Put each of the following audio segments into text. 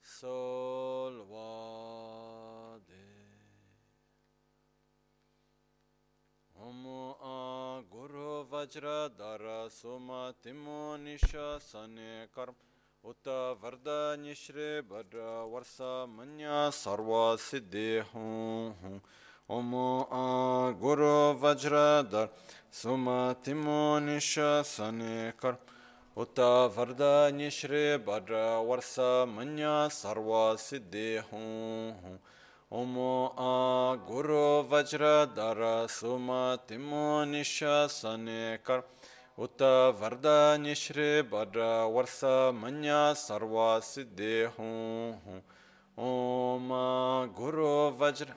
sol va de Om a Guru Vajra Dara Suma Timo Nisha Sane Karm Uta Varda Nishre Badra Varsa Manya Sarva Siddhi Hum Om a Guru Vajra Dara Suma Timo Nisha Sane Karm Uta Varda Nishre Badra Varsa Manya Sarva Siddhi Hum Om a Guru Vajra Dara Suma Timo Nisha Sane Kar Uta Varda Nishre Badra Varsa Manya Sarva Siddhi Hum Om a Guru Vajra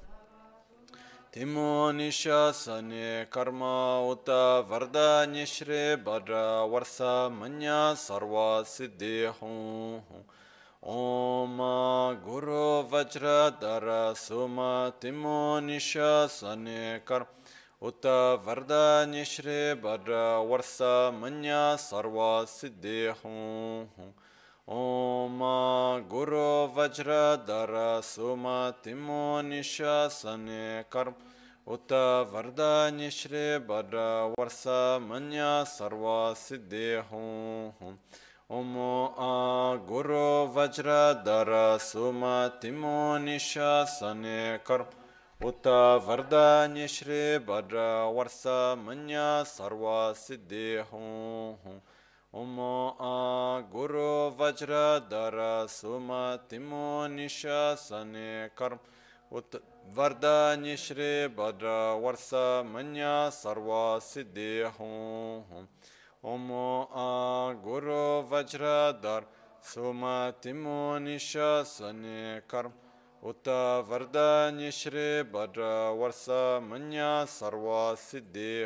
Timo Nisha Sane Karma Uta Varda Nishre Badra Varsa Manya Sarva Siddhi Hum Om Guru Vajra Dara Suma Timo Nisha Sane Kar Uta Varda Nishre Badra Varsa Manya Sarva Siddhi Hum Om Guru Vajra Dara Suma Timo Nisha Sane Kar Uta Varda Nishre Badra Varsa Manya Sarva Siddhi Hum Om a Guru Vajra Dara Suma Timo Nisha Sane Kar Uta Varda Nishre Badra Varsa Manya Sarva Siddhi Hum Om a Guru Vajra Dara Suma Timo Nisha Sane Kar Uta Varda Nishre Badra Varsa Manya Sarva Siddhi Hum Om a Guru Vajra Dar Suma Timo Nisha Sane Karm Uta Varda Nishre Badra Varsa Manya Sarva Siddhi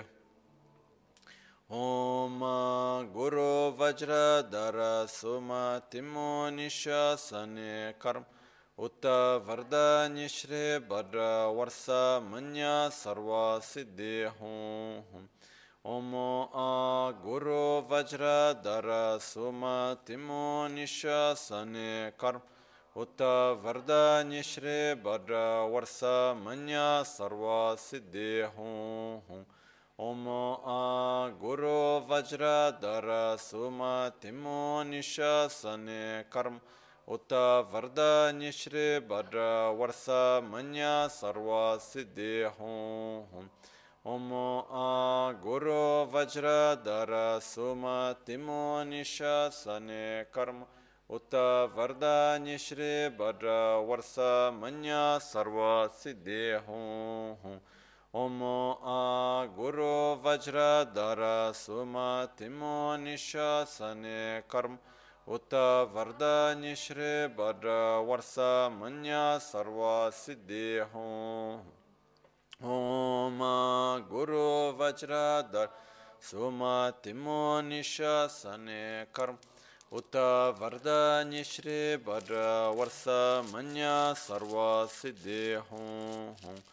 Om Guru Vajra Dara Suma Timo Nisha Sane Karm Uta Varda Nishre Badra Varsa Manya Sarva Siddhi Hum Om a Guru Vajra Dara Suma Timo Nisha Sane Karm Uta Varda Nishre Badra Varsa Manya Sarva Siddhi Hum Om a Guru Vajra Dara Suma Timo Nisha Sane Karm Uta Varda Nishre Badra Varsa Manya Sarva Siddhi Hum Om a Guru Vajra Dara Suma Timo Nisha Sane Karma Uta Varda Nishre Badra Varsa Manya Sarva Siddhi Hum Om a Guru Vajra Dara Suma Timo Nisha Sane Karma Uta Varda Nishre Badra Varsa Manya Sarva Siddhi Hum Om Guru Vajra Dar Suma Timo Nisha Sane Karm Uta Varda Nishre Badra Varsa Manya Sarva Siddhi Hum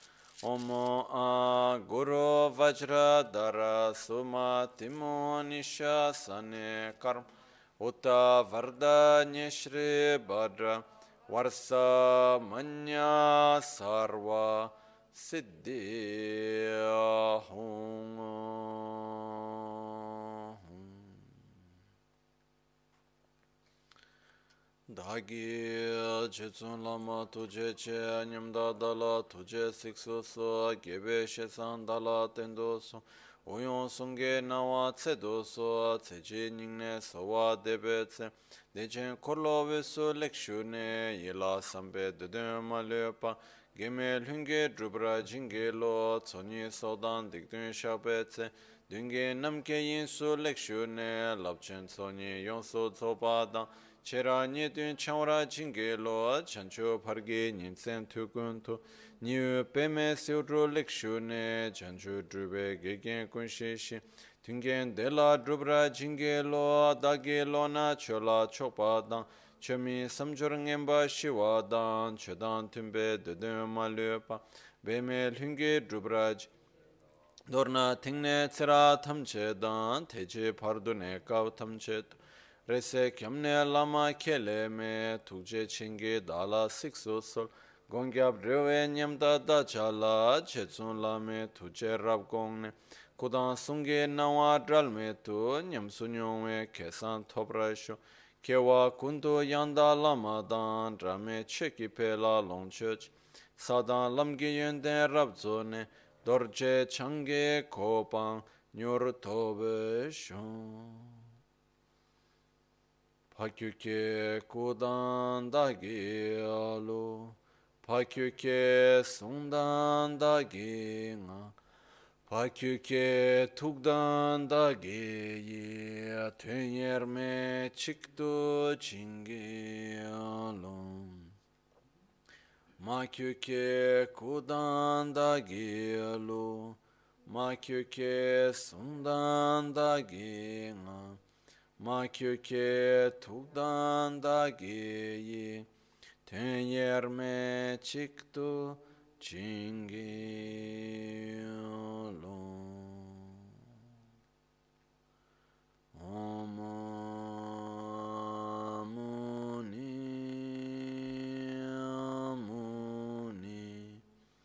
Om Guru Vajra Dara Suma Timo Nisha Sane Karm Uta Varda Nishre Badra Varsa Manya Sarva Siddhi Hum Dagi Jetsun Lama Tuje Che Anyamda Dala Tuje Siksu So Gebe Shesan Dala Tendo So Uyon Sunge Nawa Tsedo So Tseji Ningne Sowa Debe Tse Dejen Korlo Vesu Lekshune Yela Sambe Dedema Lepa Gemel Hunge Drubra Jingelo Tsoni Sodan Dikdun Shabetse Dunge Namke Yinsu Lekshune Lapchen Tsoni Yonso Tsobadan Chera Nyedun Chanwara Jingelo Chancho Parge Ninsen Tukuntu Niu Peme Siudru Lekshune Chancho Drube Gegen Kunshishi Tungen Dela Drubra Jingelo Dagelo Na Chola Chopadan Chami Samjurangemba Shiwadan Chedan Tumbe Dedun Malupa Beme Lunge Drubraj Dorna Tingne Tsira Tamchedan Teje Pardune Kav Tamchet Rese kyamne lama kele me tukje chingi dala sikso sol. Gongyab rewe nyamda da chala chetsun lame tuje rab gongne. Kudan sungi nawa dral me tu nyam sunyongwe kesan toprasho. Kewa kundu yanda lama dan rame cheki pela longchoch. Sadan lamgi yönden rab zone dorje change kopang nyor tobe shon. Pakyuke kudan dagi alu. Pakyuke sundan dagi nga. Pakyuke tukdan dagi ye. Tönyer me çıktı çingi alum. Makyuke kudan dagi alu. Makyuke sundan dagi nga. Makyuke tukdan dagi ye. Tönyer me çıktı çingi alum. Om Muni Muni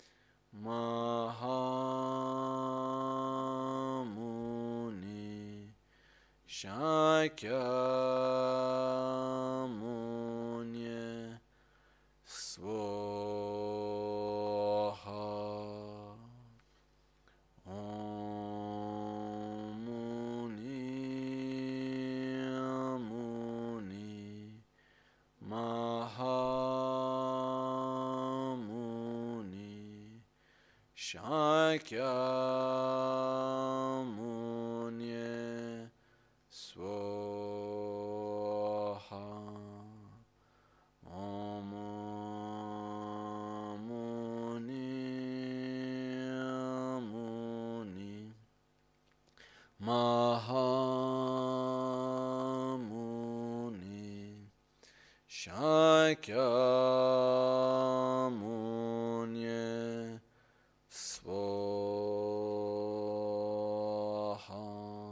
Mahamuni Shakyamuni Swaha. Om Muni Muni Mahamuni Shakyamuni Swaha. Om Muni Muni Mahamuni Shakyamuni Swaha.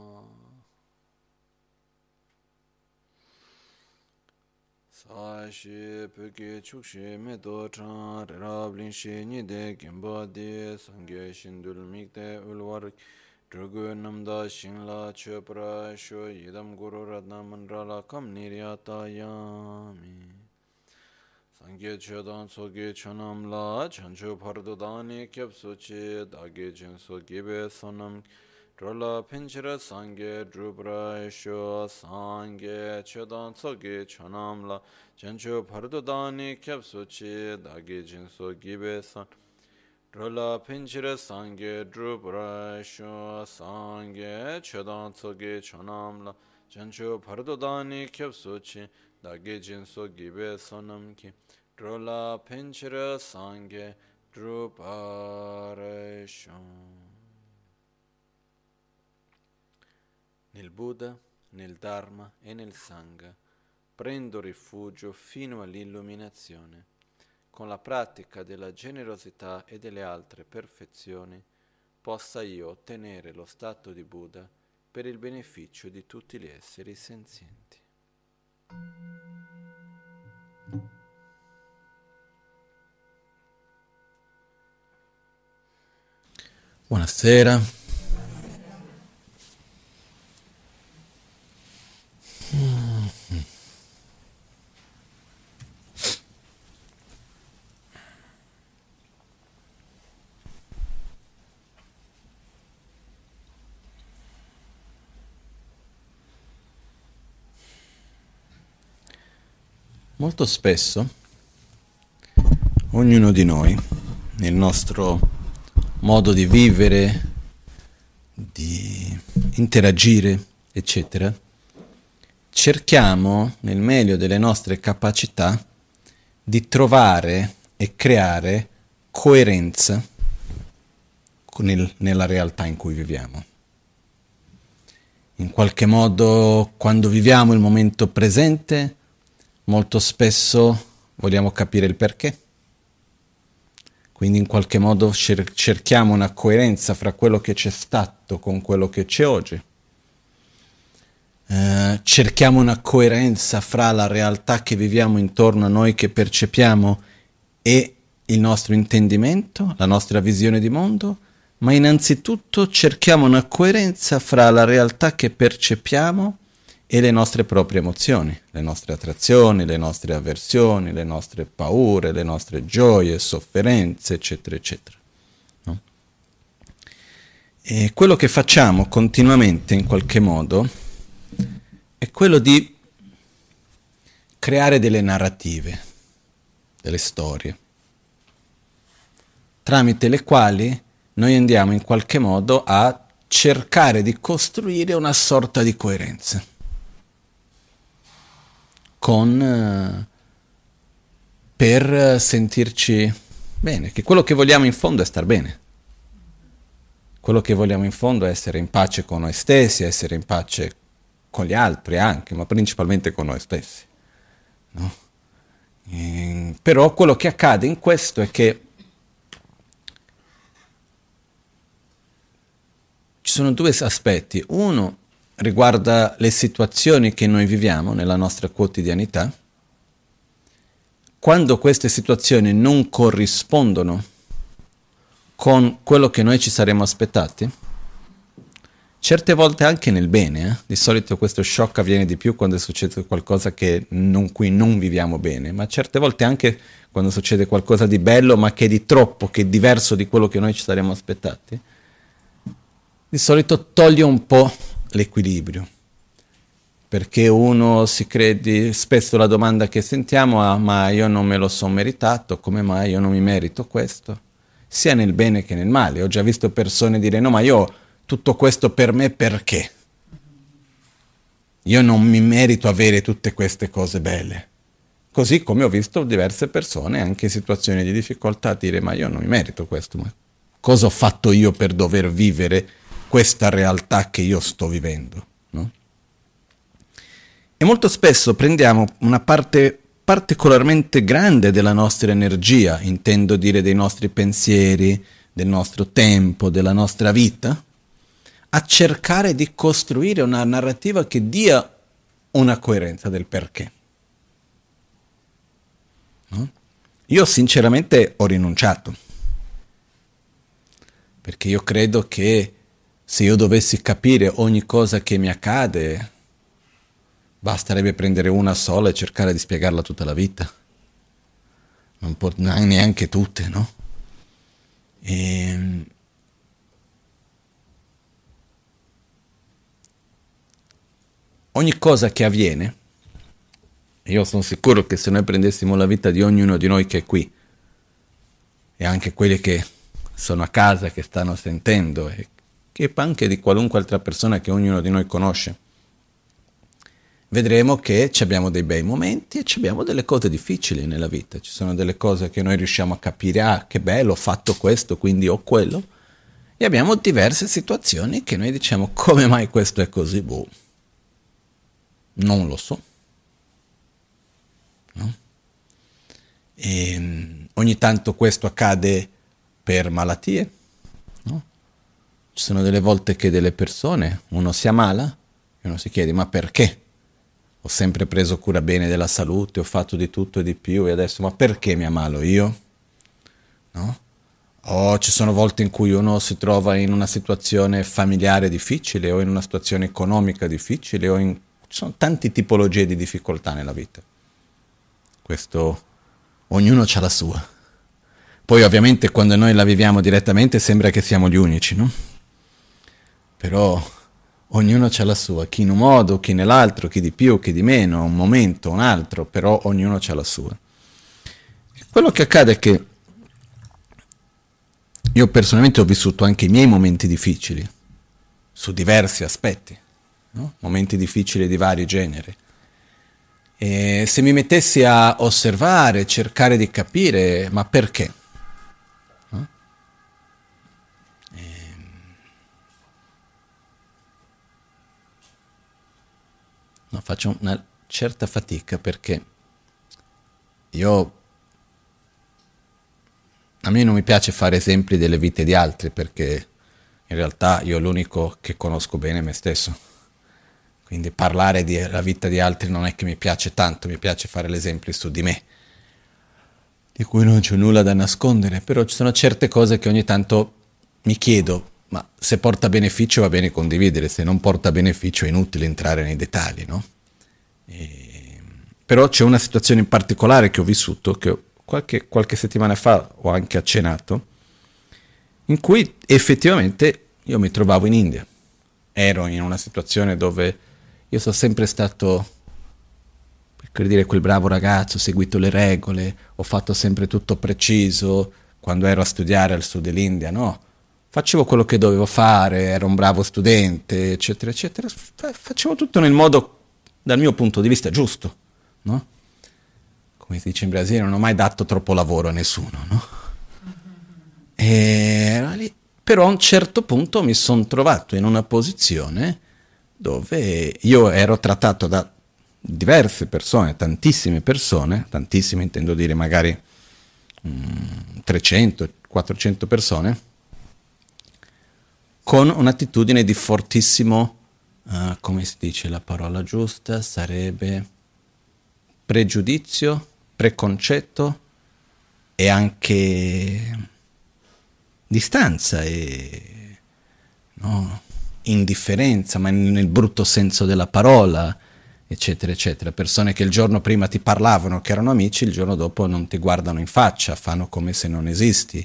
Sashi pöke chukshi medo chan rablin shi nide gimba de sangye shindul mikde ulwar drugu namda shingla chöpra sho yidam guru radna mandrala kam niryata yami. Sangye chodan soge chonamla chancho pardo dani kyapso che dage jinso gibe sonam. Drola pinchira sangye drupra sho sangye chodan soge chonamla chancho pardo dani kyapso che dage jinso gibe son. Drola pinchira sangye drupra sho sangye chodan soge chonamla chancho pardo dani kyapso che dage jinso gibe sonam ki. Drola pinchira sangye drupra sho. Nel Buddha, nel Dharma e nel Sangha prendo rifugio fino all'illuminazione. Con la pratica della generosità e delle altre perfezioni possa io ottenere lo stato di Buddha per il beneficio di tutti gli esseri senzienti. Buonasera. Molto spesso ognuno di noi, nel nostro modo di vivere, di interagire, eccetera, cerchiamo nel meglio delle nostre capacità di trovare e creare coerenza nella realtà in cui viviamo. In qualche modo, quando viviamo il momento presente, molto spesso vogliamo capire il perché. Quindi in qualche modo cerchiamo una coerenza fra quello che c'è stato con quello che c'è oggi. cerchiamo una coerenza fra la realtà che viviamo intorno a noi, che percepiamo, e il nostro intendimento, la nostra visione di mondo, ma innanzitutto cerchiamo una coerenza fra la realtà che percepiamo e le nostre proprie emozioni, le nostre attrazioni, le nostre avversioni, le nostre paure, le nostre gioie, sofferenze, eccetera, eccetera. No? E quello che facciamo continuamente, in qualche modo, è quello di creare delle narrative, delle storie, tramite le quali noi andiamo in qualche modo a cercare di costruire una sorta di coerenza per sentirci bene, che quello che vogliamo in fondo è star bene. Quello che vogliamo in fondo è essere in pace con noi stessi, essere in pace con gli altri anche, ma principalmente con noi stessi. No? Però quello che accade in questo è che ci sono due aspetti. Uno riguarda le situazioni che noi viviamo nella nostra quotidianità. Quando queste situazioni non corrispondono con quello che noi ci saremmo aspettati, certe volte anche nel bene, di solito questo shock avviene di più quando succede qualcosa cui non viviamo bene, ma certe volte anche quando succede qualcosa di bello ma che è di troppo, che è diverso di quello che noi ci saremmo aspettati, di solito toglie un po' l'equilibrio, perché uno si crede, spesso la domanda che sentiamo è: ma io non me lo sono meritato, come mai io non mi merito questo? Sia nel bene che nel male. Ho già visto persone dire: no, ma io tutto questo per me perché? Io non mi merito avere tutte queste cose belle. Così come ho visto diverse persone anche in situazioni di difficoltà dire: ma io non mi merito questo, ma cosa ho fatto io per dover vivere questa realtà che io sto vivendo? No? E molto spesso prendiamo una parte particolarmente grande della nostra energia, intendo dire dei nostri pensieri, del nostro tempo, della nostra vita, a cercare di costruire una narrativa che dia una coerenza del perché. No? Io sinceramente ho rinunciato, perché io credo che se io dovessi capire ogni cosa che mi accade, basterebbe prendere una sola e cercare di spiegarla tutta la vita. Non neanche tutte, no? Ogni cosa che avviene, io sono sicuro che se noi prendessimo la vita di ognuno di noi che è qui, e anche quelli che sono a casa, che stanno sentendo, e che anche di qualunque altra persona che ognuno di noi conosce, vedremo che abbiamo dei bei momenti e abbiamo delle cose difficili nella vita. Ci sono delle cose che noi riusciamo a capire: ah, che bello, ho fatto questo, quindi ho quello. E abbiamo diverse situazioni che noi diciamo: come mai questo è così? Boh, non lo so. No? E ogni tanto questo accade per malattie. No? Ci sono delle volte che delle persone, uno si ammala e uno si chiede: ma perché? Ho sempre preso cura bene della salute, ho fatto di tutto e di più, e adesso ma perché mi ammalo io? No? O ci sono volte in cui uno si trova in una situazione familiare difficile, o in una situazione economica difficile, ci sono tante tipologie di difficoltà nella vita. Questo, ognuno ha la sua. Poi ovviamente quando noi la viviamo direttamente sembra che siamo gli unici, no? Però ognuno ha la sua, chi in un modo, chi nell'altro, chi di più, chi di meno, un momento, un altro, però ognuno ha la sua. Quello che accade è che io personalmente ho vissuto anche i miei momenti difficili, su diversi aspetti, no? Momenti difficili di vari generi. E se mi mettessi a osservare, cercare di capire, ma perché? No? No, faccio una certa fatica perché a me non mi piace fare esempi delle vite di altri, perché in realtà io l'unico che conosco bene è me stesso. Quindi parlare della vita di altri non è che mi piace tanto, mi piace fare l'esempio su di me, di cui non c'è nulla da nascondere, però ci sono certe cose che ogni tanto mi chiedo, ma se porta beneficio va bene condividere, se non porta beneficio è inutile entrare nei dettagli, no? Però c'è una situazione in particolare che ho vissuto, che qualche settimana fa ho anche accennato, in cui effettivamente io mi trovavo in India. Ero in una situazione dove io sono sempre stato, per dire, quel bravo ragazzo, ho seguito le regole, ho fatto sempre tutto preciso, quando ero a studiare al sud dell'India, no? Facevo quello che dovevo fare, ero un bravo studente, eccetera, eccetera. Facevo tutto nel modo, dal mio punto di vista, giusto, no? Come si dice in Brasile, non ho mai dato troppo lavoro a nessuno, no? E lì, però a un certo punto mi sono trovato in una posizione dove io ero trattato da diverse persone, tantissime intendo dire magari 300, 400 persone, con un'attitudine di fortissimo, come si dice la parola giusta, sarebbe pregiudizio, preconcetto e anche distanza e no, indifferenza, ma nel brutto senso della parola, eccetera, eccetera. Persone che il giorno prima ti parlavano, che erano amici, il giorno dopo non ti guardano in faccia, fanno come se non esisti.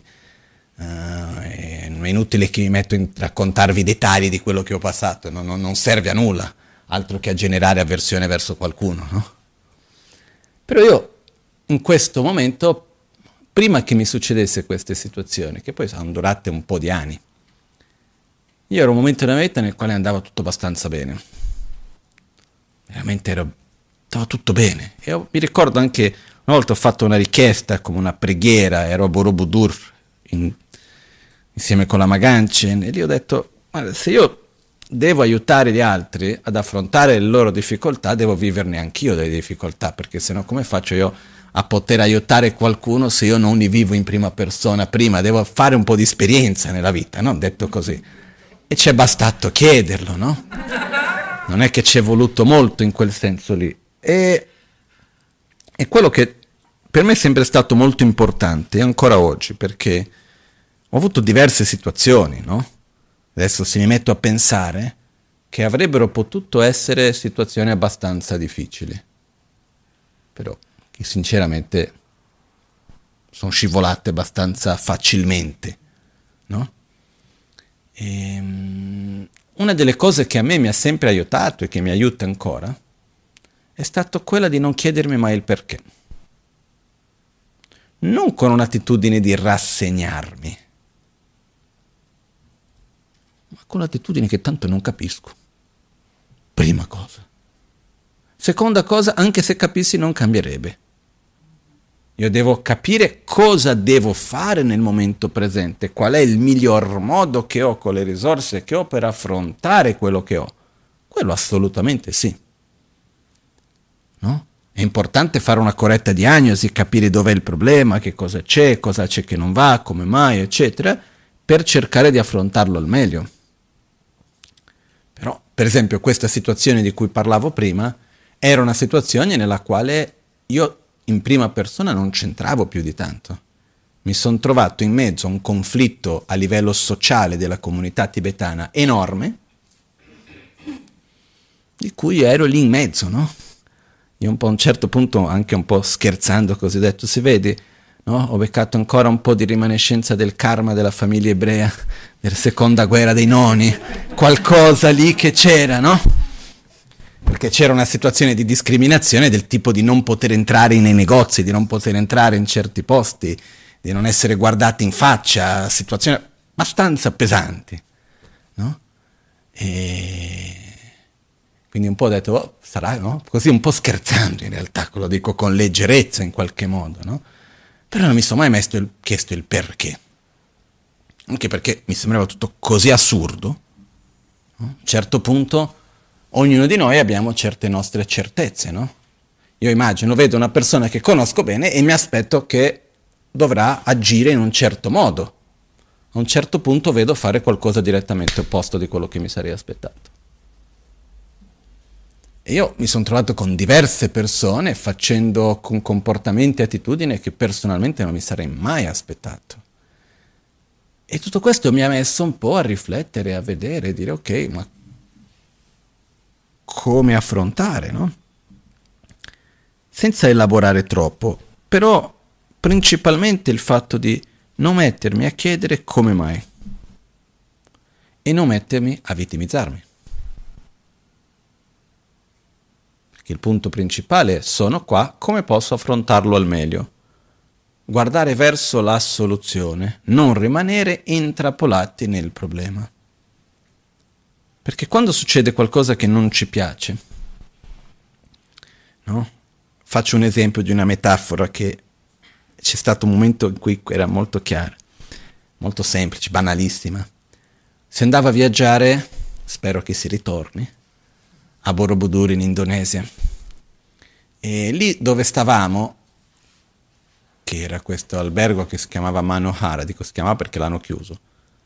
È inutile che mi metto a raccontarvi i dettagli di quello che ho passato, non serve a nulla, altro che a generare avversione verso qualcuno, no? Però io in questo momento, prima che mi succedesse queste situazioni, che poi sono durate un po' di anni, io ero un momento della mia vita nel quale andava tutto abbastanza bene. Veramente stava tutto bene. E mi ricordo anche, una volta ho fatto una richiesta, come una preghiera, ero a Borobudur, insieme con la Maganchen, e lì ho detto, guarda, se io devo aiutare gli altri ad affrontare le loro difficoltà, devo viverne anch'io delle difficoltà, perché sennò come faccio io a poter aiutare qualcuno se io non li vivo in prima persona prima? Devo fare un po' di esperienza nella vita, no? Detto così. E ci è bastato chiederlo, no? Non è che ci è voluto molto in quel senso lì. E quello che per me è sempre stato molto importante, ancora oggi, perché ho avuto diverse situazioni, no? Adesso se mi metto a pensare che avrebbero potuto essere situazioni abbastanza difficili, però che sinceramente sono scivolate abbastanza facilmente, no? Una delle cose che a me mi ha sempre aiutato e che mi aiuta ancora è stato quella di non chiedermi mai il perché. Non con un'attitudine di rassegnarmi, ma con l'attitudine che tanto non capisco. Prima cosa. Seconda cosa, anche se capissi non cambierebbe. Io devo capire cosa devo fare nel momento presente, qual è il miglior modo che ho con le risorse che ho per affrontare quello che ho. Quello assolutamente sì. No? È importante fare una corretta diagnosi, capire dov'è il problema, che cosa c'è che non va, come mai, eccetera, per cercare di affrontarlo al meglio. Però, per esempio, questa situazione di cui parlavo prima era una situazione nella quale io in prima persona non c'entravo più di tanto. Mi sono trovato in mezzo a un conflitto a livello sociale della comunità tibetana enorme, di cui ero lì in mezzo, no? Io un po' a un certo punto, anche un po' scherzando così, ho detto, si vede, no? Ho beccato ancora un po' di rimanescenza del karma della famiglia ebrea, della seconda guerra dei noni, qualcosa lì che c'era, no? Perché c'era una situazione di discriminazione del tipo di non poter entrare nei negozi, di non poter entrare in certi posti, di non essere guardati in faccia, situazioni abbastanza pesanti, no? E quindi un po' ho detto, oh, sarà, no? Così un po' scherzando in realtà, lo dico con leggerezza in qualche modo, no? Però non mi sono mai chiesto il perché. Anche perché mi sembrava tutto così assurdo, no? A un certo punto ognuno di noi abbiamo certe nostre certezze, no? Io immagino, vedo una persona che conosco bene e mi aspetto che dovrà agire in un certo modo. A un certo punto vedo fare qualcosa direttamente opposto di quello che mi sarei aspettato. E io mi sono trovato con diverse persone facendo con comportamenti e attitudini che personalmente non mi sarei mai aspettato. E tutto questo mi ha messo un po' a riflettere, a vedere, a dire ok, ma come affrontare, no? Senza elaborare troppo, però principalmente il fatto di non mettermi a chiedere come mai e non mettermi a vittimizzarmi. Perché il punto principale è: sono qua, come posso affrontarlo al meglio? Guardare verso la soluzione, non rimanere intrappolati nel problema. Perché quando succede qualcosa che non ci piace, no? Faccio un esempio di una metafora che c'è stato un momento in cui era molto chiara, molto semplice, banalissima. Si andava a viaggiare, spero che si ritorni, a Borobudur in Indonesia. E lì dove stavamo, che era questo albergo che si chiamava Manohara, dico si chiamava perché l'hanno chiuso,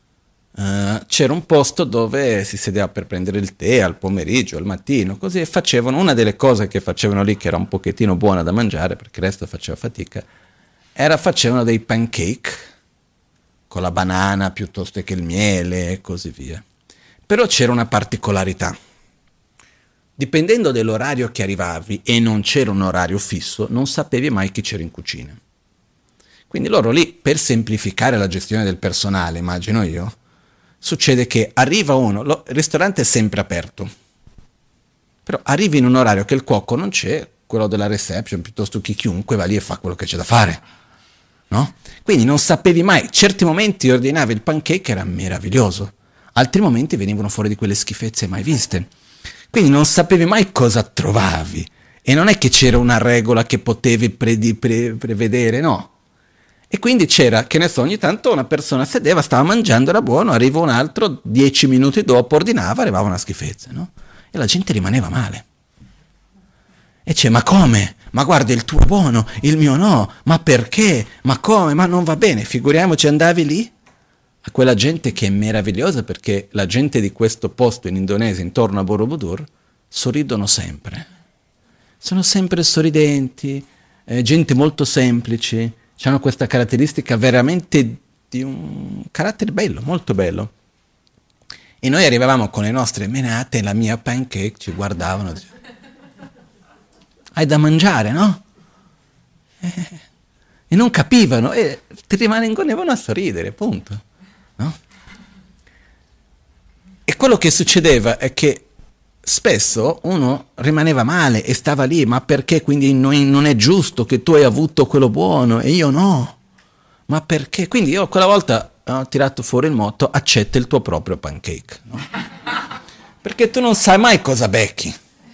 c'era un posto dove si sedeva per prendere il tè al pomeriggio, al mattino, così, e facevano, una delle cose che facevano lì, che era un pochettino buona da mangiare, perché il resto faceva fatica, facevano dei pancake con la banana piuttosto che il miele e così via. Però c'era una particolarità. Dipendendo dall'orario che arrivavi, e non c'era un orario fisso, non sapevi mai chi c'era in cucina. Quindi loro lì, per semplificare la gestione del personale, immagino io, succede che arriva uno, il ristorante è sempre aperto, però arrivi in un orario che il cuoco non c'è, quello della reception, piuttosto che chiunque va lì e fa quello che c'è da fare, no? Quindi non sapevi mai, certi momenti ordinavi il pancake, era meraviglioso, altri momenti venivano fuori di quelle schifezze mai viste, quindi non sapevi mai cosa trovavi, e non è che c'era una regola che potevi prevedere, no? E quindi c'era, che ne so, ogni tanto una persona sedeva, stava mangiando, era buono, arriva un altro, 10 minuti dopo ordinava, arrivava una schifezza, no? E la gente rimaneva male. E c'è, ma come? Ma guarda, il tuo è buono, il mio no, ma perché? Ma come? Ma non va bene, figuriamoci, andavi lì? A quella gente che è meravigliosa, perché la gente di questo posto in Indonesia, intorno a Borobudur, sorridono sempre. Sono sempre sorridenti, gente molto semplice, hanno questa caratteristica veramente di un carattere bello, molto bello. E noi arrivavamo con le nostre menate, la mia pancake, ci guardavano, dicevano, hai da mangiare, no? E non capivano, e ti rimanevano a sorridere, punto. No? E quello che succedeva è che spesso uno rimaneva male e stava lì, ma perché? Quindi non è giusto che tu hai avuto quello buono e io no, ma perché? Quindi io quella volta ho tirato fuori il motto: accetta il tuo proprio pancake, no? Perché tu non sai mai cosa becchi.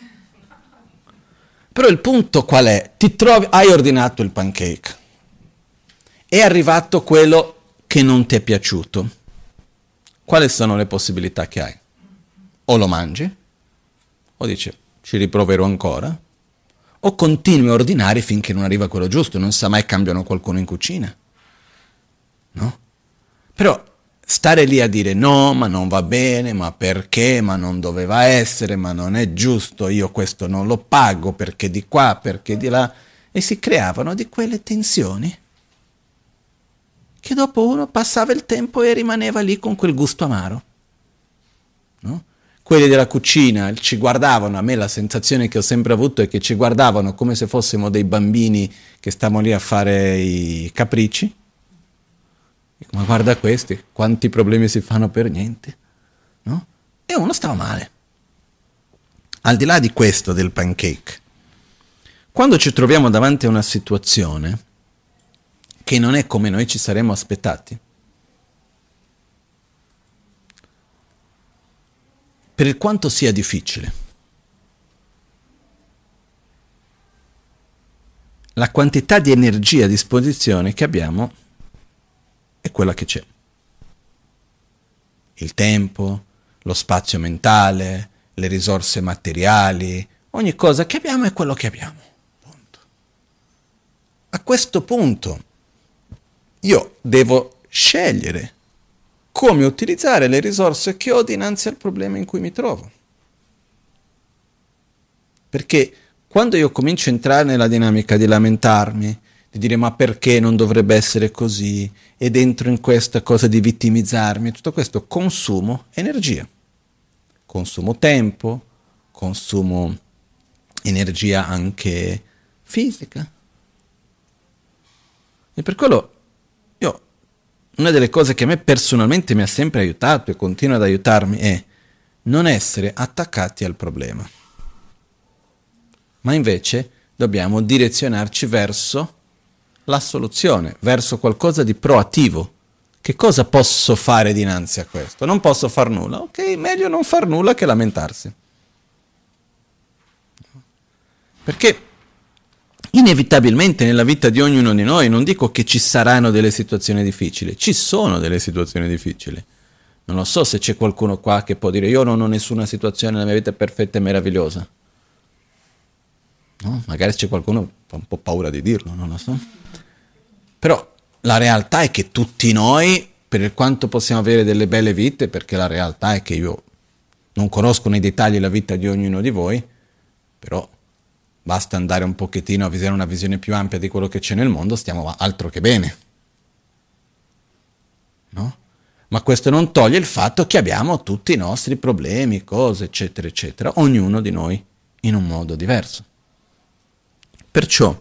Però il punto qual è? Ti trovi, hai ordinato il pancake, è arrivato quello che non ti è piaciuto. Quali sono le possibilità che hai? O lo mangi, o dici ci riproverò ancora, o continui a ordinare finché non arriva quello giusto, non sa mai cambiano qualcuno in cucina, no? Però stare lì a dire no, ma non va bene, ma perché, ma non doveva essere, ma non è giusto, io questo non lo pago perché di qua, perché di là, e si creavano di quelle tensioni che dopo uno passava il tempo e rimaneva lì con quel gusto amaro, no? Quelli della cucina ci guardavano, a me la sensazione che ho sempre avuto è che ci guardavano come se fossimo dei bambini che stavano lì a fare i capricci. Ma guarda questi, quanti problemi si fanno per niente, no? E uno stava male. Al di là di questo del pancake, quando ci troviamo davanti a una situazione che non è come noi ci saremmo aspettati, per quanto sia difficile, la quantità di energia a disposizione che abbiamo è quella che c'è. Il tempo, lo spazio mentale, le risorse materiali, ogni cosa che abbiamo è quello che abbiamo. Punto. A questo punto io devo scegliere come utilizzare le risorse che ho dinanzi al problema in cui mi trovo. Perché quando io comincio a entrare nella dinamica di lamentarmi, di dire ma perché non dovrebbe essere così, e dentro in questa cosa di vittimizzarmi, tutto questo consumo energia, consumo tempo, consumo energia anche fisica. E per quello una delle cose che a me personalmente mi ha sempre aiutato e continua ad aiutarmi è non essere attaccati al problema, ma invece dobbiamo direzionarci verso la soluzione, verso qualcosa di proattivo. Che cosa posso fare dinanzi a questo? Non posso far nulla? Ok, meglio non far nulla che lamentarsi. Perché inevitabilmente nella vita di ognuno di noi, non dico che ci saranno delle situazioni difficili, ci sono delle situazioni difficili. Non lo so se c'è qualcuno qua che può dire io non ho nessuna situazione, la mia vita è perfetta e meravigliosa. No? Magari c'è qualcuno che ha un po' paura di dirlo, non lo so. Però la realtà è che tutti noi, per quanto possiamo avere delle belle vite, perché la realtà è che io non conosco nei dettagli la vita di ognuno di voi, però basta andare un pochettino a avere una visione più ampia di quello che c'è nel mondo, stiamo altro che bene. No? Ma questo non toglie il fatto che abbiamo tutti i nostri problemi, cose, eccetera, eccetera, ognuno di noi in un modo diverso. Perciò,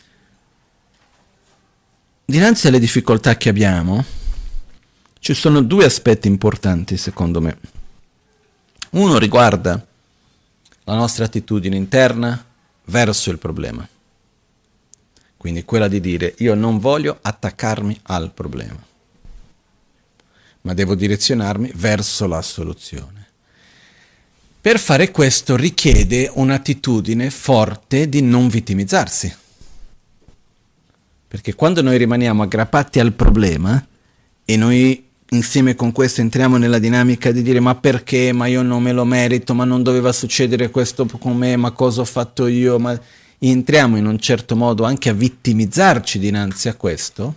dinanzi alle difficoltà che abbiamo, ci sono due aspetti importanti, secondo me. Uno riguarda la nostra attitudine interna verso il problema. Quindi quella di dire io non voglio attaccarmi al problema, ma devo direzionarmi verso la soluzione. Per fare questo richiede un'attitudine forte di non vittimizzarsi. Perché quando noi rimaniamo aggrappati al problema e noi insieme con questo entriamo nella dinamica di dire ma perché, ma io non me lo merito, ma non doveva succedere questo con me, ma cosa ho fatto io, ma entriamo in un certo modo anche a vittimizzarci dinanzi a questo,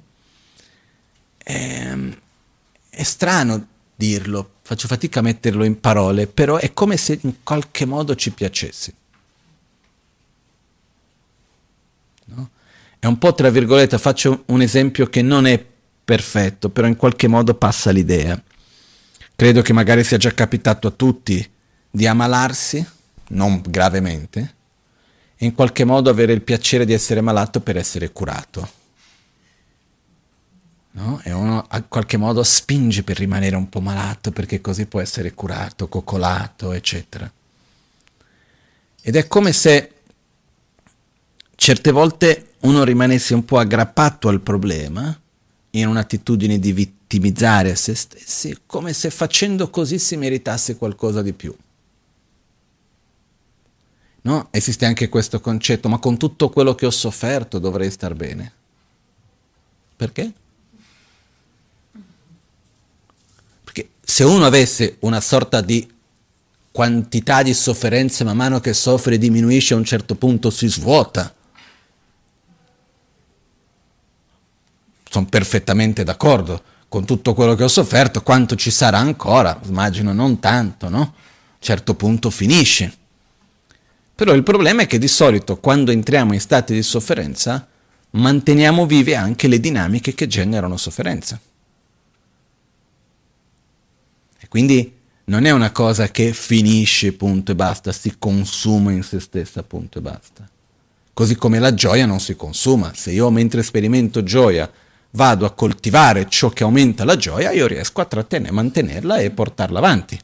è strano dirlo, faccio fatica a metterlo in parole, però è come se in qualche modo ci piacesse. No? È un po' tra virgolette, faccio un esempio che non è perfetto, però in qualche modo passa l'idea. Credo che magari sia già capitato a tutti di ammalarsi, non gravemente, e in qualche modo avere il piacere di essere malato per essere curato. No? E uno in qualche modo spinge per rimanere un po' malato perché così può essere curato, coccolato, eccetera. Ed è come se certe volte uno rimanesse un po' aggrappato al problema in un'attitudine di vittimizzare se stessi, come se facendo così si meritasse qualcosa di più. No? Esiste anche questo concetto, ma con tutto quello che ho sofferto dovrei star bene. Perché? Perché se uno avesse una sorta di quantità di sofferenze, man mano che soffre diminuisce, a un certo punto si svuota. Sono perfettamente d'accordo, con tutto quello che ho sofferto, quanto ci sarà ancora? Immagino non tanto, no? A un certo punto finisce. Però il problema è che di solito quando entriamo in stati di sofferenza manteniamo vive anche le dinamiche che generano sofferenza. E quindi non è una cosa che finisce, punto e basta, si consuma in se stessa, punto e basta. Così come la gioia non si consuma. Se io mentre sperimento gioia vado a coltivare ciò che aumenta la gioia, io riesco a mantenerla e portarla avanti.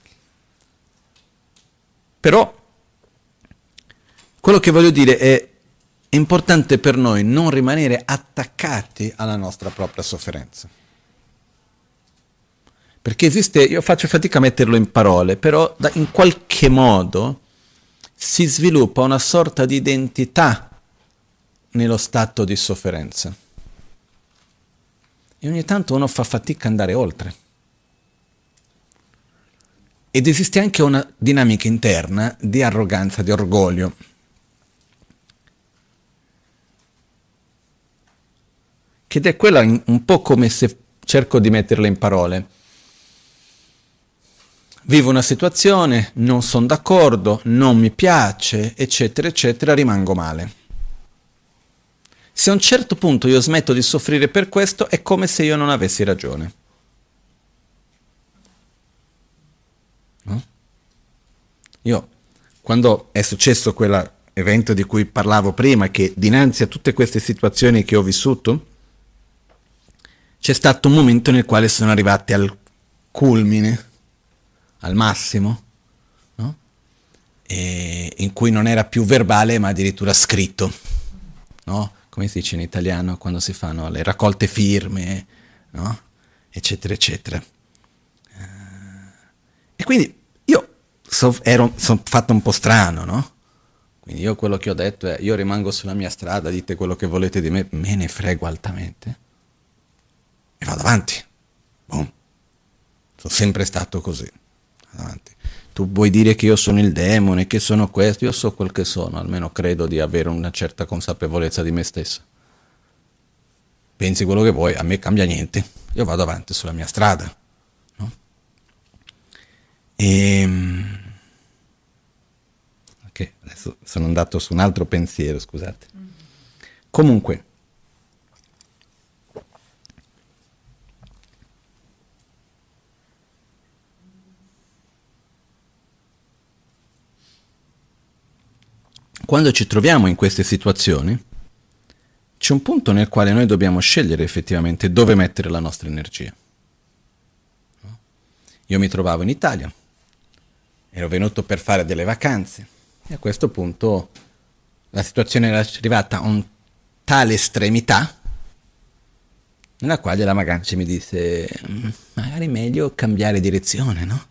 Però quello che voglio dire è importante per noi non rimanere attaccati alla nostra propria sofferenza. Perché esiste, io faccio fatica a metterlo in parole, però in qualche modo si sviluppa una sorta di identità nello stato di sofferenza. E ogni tanto uno fa fatica ad andare oltre. Ed esiste anche una dinamica interna di arroganza, di orgoglio. Ed è quella un po' come se cerco di metterla in parole. vivo una situazione, non sono d'accordo, non mi piace, eccetera, eccetera, rimango male. Se a un certo punto io smetto di soffrire per questo, è come se io non avessi ragione. No? Io, quando è successo quell'evento di cui parlavo prima, che dinanzi a tutte queste situazioni che ho vissuto, c'è stato un momento nel quale sono arrivati al culmine, al massimo, no? E in cui non era più verbale ma addirittura scritto, no? Come si dice in italiano quando si fanno le raccolte firme, no? Eccetera, eccetera. E quindi io sono fatto un po' strano, no? Quindi io quello che ho detto è, io rimango sulla mia strada, dite quello che volete di me ne frego altamente e vado avanti. Boom. Sono sempre stato così. Vado avanti. Tu vuoi dire che io sono il demone, che sono questo, io so quel che sono, almeno credo di avere una certa consapevolezza di me stesso. Pensi quello che vuoi, a me cambia niente, io vado avanti sulla mia strada. No? Ok, adesso sono andato su un altro pensiero, scusate. Comunque, quando ci troviamo in queste situazioni, c'è un punto nel quale noi dobbiamo scegliere effettivamente dove mettere la nostra energia. Io mi trovavo in Italia, ero venuto per fare delle vacanze e a questo punto la situazione era arrivata a un tale estremità nella quale la vacanza mi disse magari meglio cambiare direzione, no?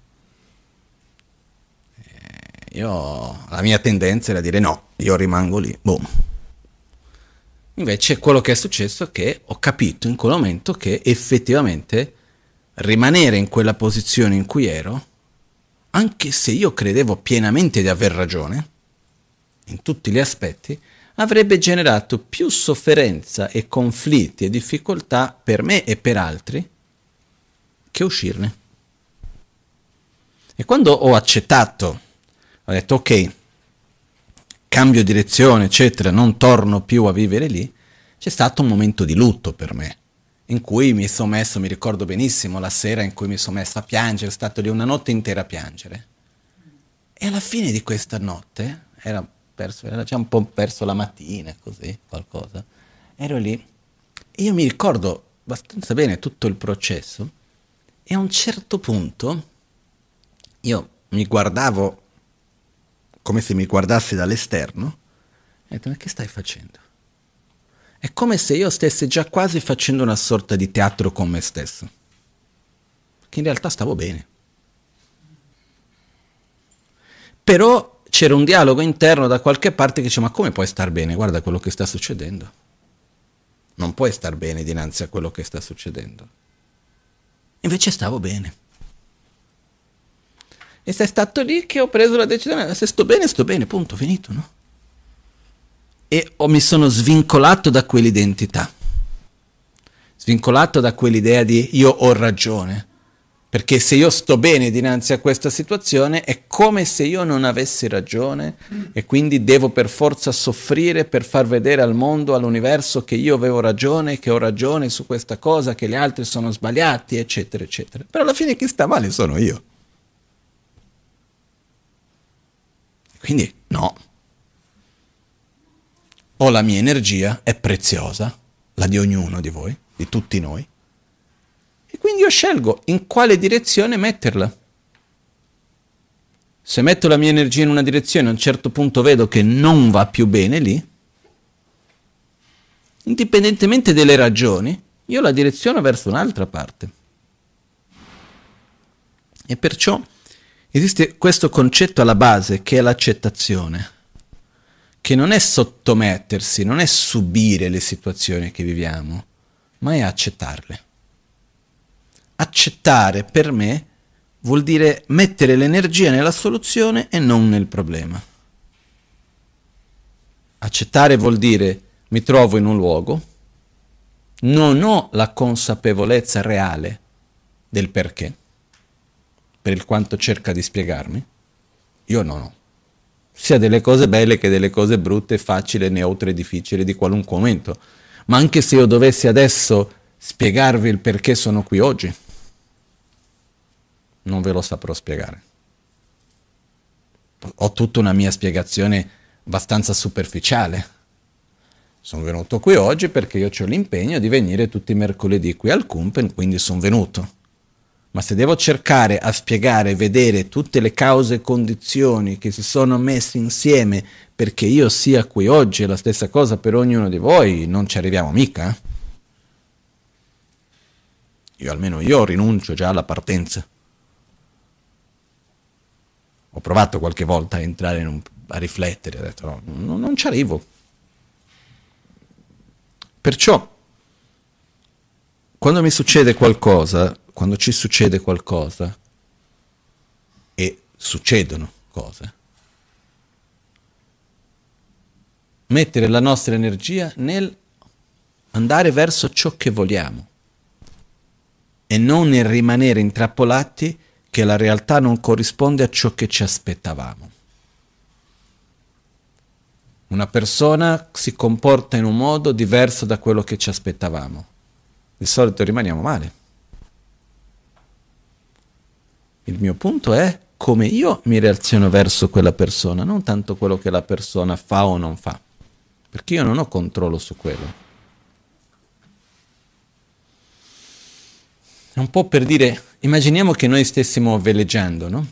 La mia tendenza era dire no, io rimango lì, boom. Invece quello che è successo è che ho capito in quel momento che effettivamente rimanere in quella posizione in cui ero, anche se io credevo pienamente di aver ragione, in tutti gli aspetti, avrebbe generato più sofferenza e conflitti e difficoltà per me e per altri che uscirne. E quando ho accettato, ho detto ok, cambio direzione, eccetera, non torno più a vivere lì, c'è stato un momento di lutto per me, in cui mi sono messo, mi ricordo benissimo, la sera in cui mi sono messo a piangere, è stato lì una notte intera a piangere. E alla fine di questa notte, era già un po' perso la mattina, così, qualcosa, ero lì, e io mi ricordo abbastanza bene tutto il processo, e a un certo punto io mi guardavo come se mi guardassi dall'esterno, e ho detto, ma che stai facendo? È come se io stessi già quasi facendo una sorta di teatro con me stesso, che in realtà stavo bene. Però c'era un dialogo interno da qualche parte che dice, ma come puoi star bene? Guarda quello che sta succedendo. Non puoi star bene dinanzi a quello che sta succedendo. Invece stavo bene. E sei stato lì che ho preso la decisione, se sto bene, punto, finito, no? E mi sono svincolato da quell'identità, svincolato da quell'idea di io ho ragione, perché se io sto bene dinanzi a questa situazione è come se io non avessi ragione e quindi devo per forza soffrire per far vedere al mondo, all'universo che io avevo ragione, che ho ragione su questa cosa, che gli altri sono sbagliati, eccetera, eccetera. Però alla fine chi sta male sono io. Quindi no, o la mia energia è preziosa, la di ognuno di voi, di tutti noi, e quindi io scelgo in quale direzione metterla. Se metto la mia energia in una direzione a un certo punto vedo che non va più bene lì, indipendentemente delle ragioni, io la direziono verso un'altra parte. E perciò esiste questo concetto alla base che è l'accettazione, che non è sottomettersi, non è subire le situazioni che viviamo, ma è accettarle. Accettare per me vuol dire mettere l'energia nella soluzione e non nel problema. Accettare vuol dire mi trovo in un luogo, non ho la consapevolezza reale del perché, per il quanto cerca di spiegarmi? Io non ho. Sia delle cose belle che delle cose brutte, facili, neutre, difficili, di qualunque momento. Ma anche se io dovessi adesso spiegarvi il perché sono qui oggi, non ve lo saprò spiegare. Ho tutta una mia spiegazione abbastanza superficiale. Sono venuto qui oggi perché io ho l'impegno di venire tutti i mercoledì qui al Kumpen, quindi sono venuto. Ma se devo cercare a spiegare, vedere tutte le cause e condizioni che si sono messe insieme perché io sia qui oggi, è la stessa cosa per ognuno di voi, non ci arriviamo mica. Io rinuncio già alla partenza. Ho provato qualche volta a entrare a riflettere, ho detto no, non ci arrivo. Perciò, quando mi succede qualcosa, quando ci succede qualcosa, e succedono cose, mettere la nostra energia nel andare verso ciò che vogliamo e non nel rimanere intrappolati che la realtà non corrisponde a ciò che ci aspettavamo. Una persona si comporta in un modo diverso da quello che ci aspettavamo. Di solito rimaniamo male. Il mio punto è come io mi relaziono verso quella persona, non tanto quello che la persona fa o non fa, perché io non ho controllo su quello. È un po' per dire, immaginiamo che noi stessimo veleggiando, no?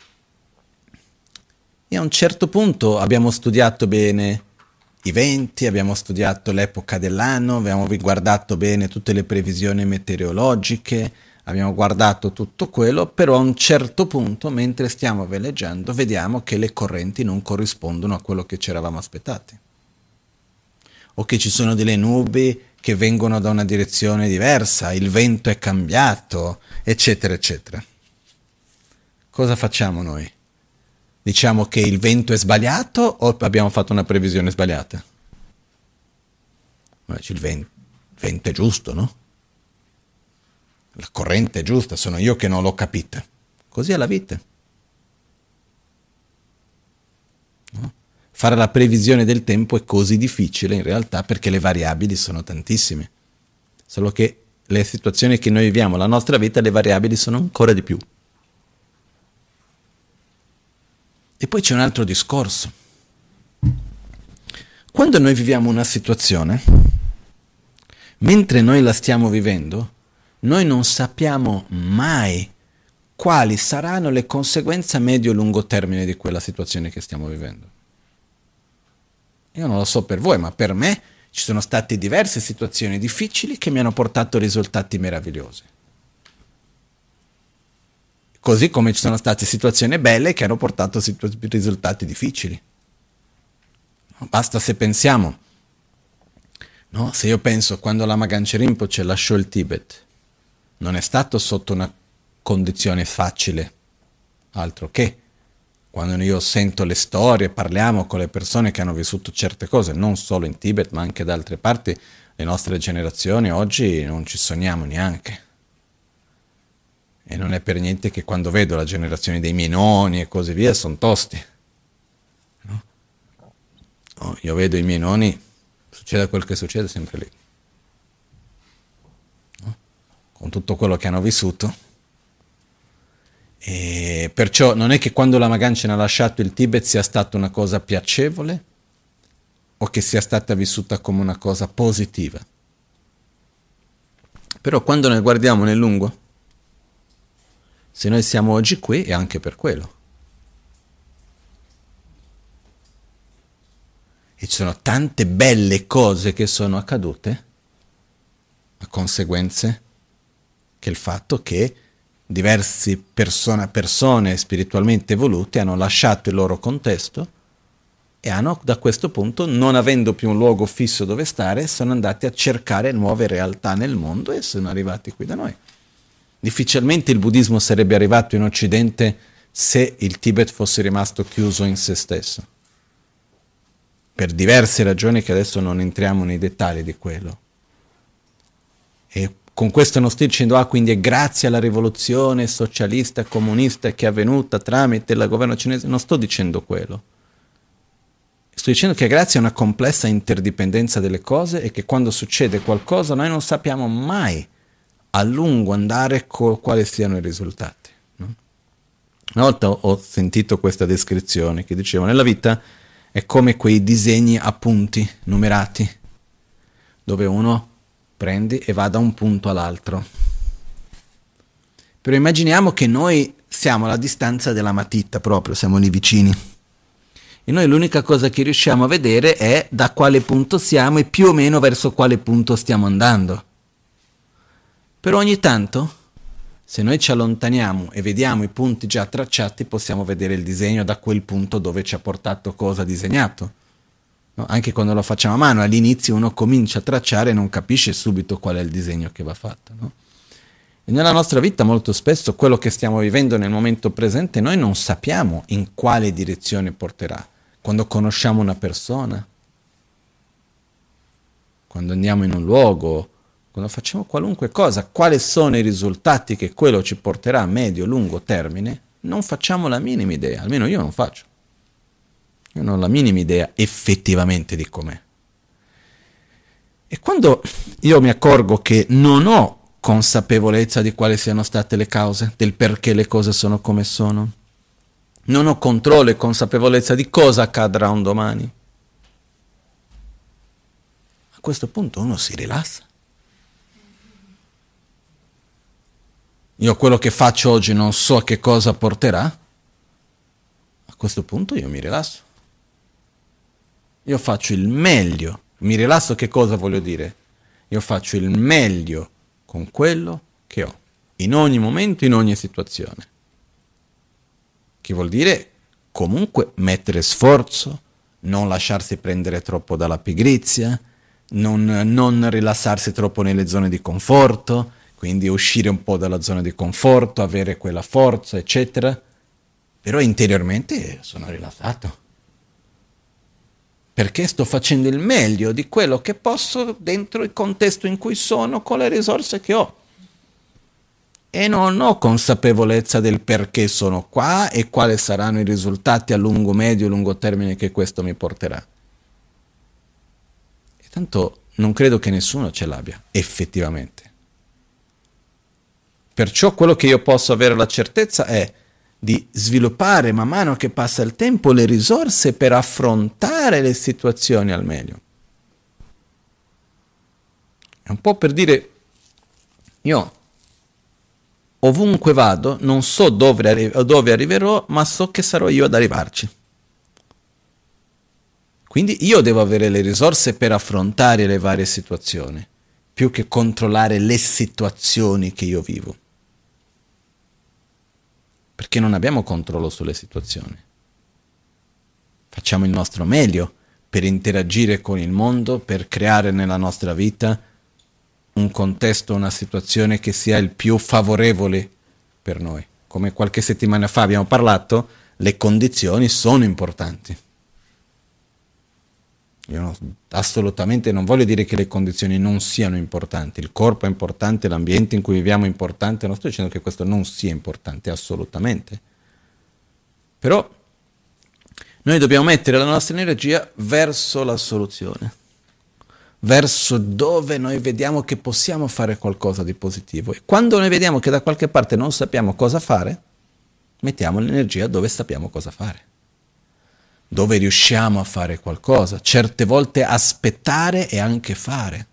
E a un certo punto abbiamo studiato bene i venti, abbiamo studiato l'epoca dell'anno, abbiamo guardato bene tutte le previsioni meteorologiche, abbiamo guardato tutto quello, però a un certo punto, mentre stiamo veleggiando, vediamo che le correnti non corrispondono a quello che ci eravamo aspettati. O che ci sono delle nubi che vengono da una direzione diversa, il vento è cambiato, eccetera, eccetera. Cosa facciamo noi? Diciamo che il vento è sbagliato o abbiamo fatto una previsione sbagliata? Il vento è giusto, no? La corrente è giusta, sono io che non l'ho capita. Così è la vita. No? Fare la previsione del tempo è così difficile in realtà perché le variabili sono tantissime. Solo che le situazioni che noi viviamo, la nostra vita, le variabili sono ancora di più. E poi c'è un altro discorso. Quando noi viviamo una situazione, mentre noi la stiamo vivendo, noi non sappiamo mai quali saranno le conseguenze a medio e lungo termine di quella situazione che stiamo vivendo. Io non lo so per voi, ma per me ci sono state diverse situazioni difficili che mi hanno portato risultati meravigliosi. Così come ci sono state situazioni belle che hanno portato risultati difficili. Basta se pensiamo, no? Se io penso quando Lama Ganchen Rinpoche lasciò il Tibet, non è stato sotto una condizione facile, altro che. Quando io sento le storie, parliamo con le persone che hanno vissuto certe cose, non solo in Tibet ma anche da altre parti, le nostre generazioni oggi non ci sogniamo neanche. E non è per niente che quando vedo la generazione dei miei nonni e così via, sono tosti. No? No, io vedo i miei nonni, succede quel che succede, sempre lì. No? Con tutto quello che hanno vissuto. E perciò non è che quando Lama Ganchen ha lasciato il Tibet sia stata una cosa piacevole o che sia stata vissuta come una cosa positiva. Però quando noi guardiamo nel lungo, se noi siamo oggi qui è anche per quello. E ci sono tante belle cose che sono accadute a conseguenze che il fatto che diverse persone spiritualmente evolute hanno lasciato il loro contesto e hanno, da questo punto, non avendo più un luogo fisso dove stare, sono andati a cercare nuove realtà nel mondo e sono arrivati qui da noi. Difficilmente il buddismo sarebbe arrivato in Occidente se il Tibet fosse rimasto chiuso in se stesso. Per diverse ragioni che adesso non entriamo nei dettagli di quello. E con questo non sto dicendo, quindi è grazie alla rivoluzione socialista, comunista che è avvenuta tramite il governo cinese, non sto dicendo quello. Sto dicendo che è grazie a una complessa interdipendenza delle cose e che quando succede qualcosa noi non sappiamo mai a lungo andare quali siano i risultati. No? Una volta ho sentito questa descrizione che diceva nella vita è come quei disegni a punti numerati dove uno prendi e va da un punto all'altro. Però immaginiamo che noi siamo alla distanza della matita proprio, siamo lì vicini. E noi l'unica cosa che riusciamo a vedere è da quale punto siamo e più o meno verso quale punto stiamo andando. Però ogni tanto, se noi ci allontaniamo e vediamo i punti già tracciati, possiamo vedere il disegno da quel punto dove ci ha portato cosa disegnato. No? Anche quando lo facciamo a mano, all'inizio uno comincia a tracciare e non capisce subito qual è il disegno che va fatto. No? E nella nostra vita molto spesso quello che stiamo vivendo nel momento presente noi non sappiamo in quale direzione porterà. Quando conosciamo una persona, quando andiamo in un luogo, quando facciamo qualunque cosa, quali sono i risultati che quello ci porterà a medio, lungo termine, non facciamo la minima idea, almeno io non faccio. Io non ho la minima idea effettivamente di com'è. E quando io mi accorgo che non ho consapevolezza di quali siano state le cause, del perché le cose sono come sono, non ho controllo e consapevolezza di cosa accadrà un domani, a questo punto uno si rilassa. Io quello che faccio oggi non so che cosa porterà, a questo punto io mi rilasso. Io faccio il meglio. Mi rilasso, che cosa voglio dire? Io faccio il meglio con quello che ho, in ogni momento, in ogni situazione. Che vuol dire comunque mettere sforzo, non lasciarsi prendere troppo dalla pigrizia, non rilassarsi troppo nelle zone di conforto, quindi uscire un po' dalla zona di conforto, avere quella forza, eccetera. Però interiormente sono rilassato. Perché sto facendo il meglio di quello che posso dentro il contesto in cui sono, con le risorse che ho. E non ho consapevolezza del perché sono qua e quali saranno i risultati a lungo, medio, lungo termine che questo mi porterà. E tanto non credo che nessuno ce l'abbia, effettivamente. Perciò quello che io posso avere la certezza è di sviluppare man mano che passa il tempo le risorse per affrontare le situazioni al meglio. È un po' per dire, io ovunque vado non so dove arriverò, ma so che sarò io ad arrivarci. Quindi io devo avere le risorse per affrontare le varie situazioni, più che controllare le situazioni che io vivo. Perché non abbiamo controllo sulle situazioni. Facciamo il nostro meglio per interagire con il mondo, per creare nella nostra vita un contesto, una situazione che sia il più favorevole per noi. Come qualche settimana fa abbiamo parlato, le condizioni sono importanti. Io assolutamente non voglio dire che le condizioni non siano importanti, il corpo è importante, l'ambiente in cui viviamo è importante, non sto dicendo che questo non sia importante, assolutamente. Però noi dobbiamo mettere la nostra energia verso la soluzione, verso dove noi vediamo che possiamo fare qualcosa di positivo. E quando noi vediamo che da qualche parte non sappiamo cosa fare, mettiamo l'energia dove sappiamo cosa fare. Dove riusciamo a fare qualcosa, certe volte aspettare e anche fare.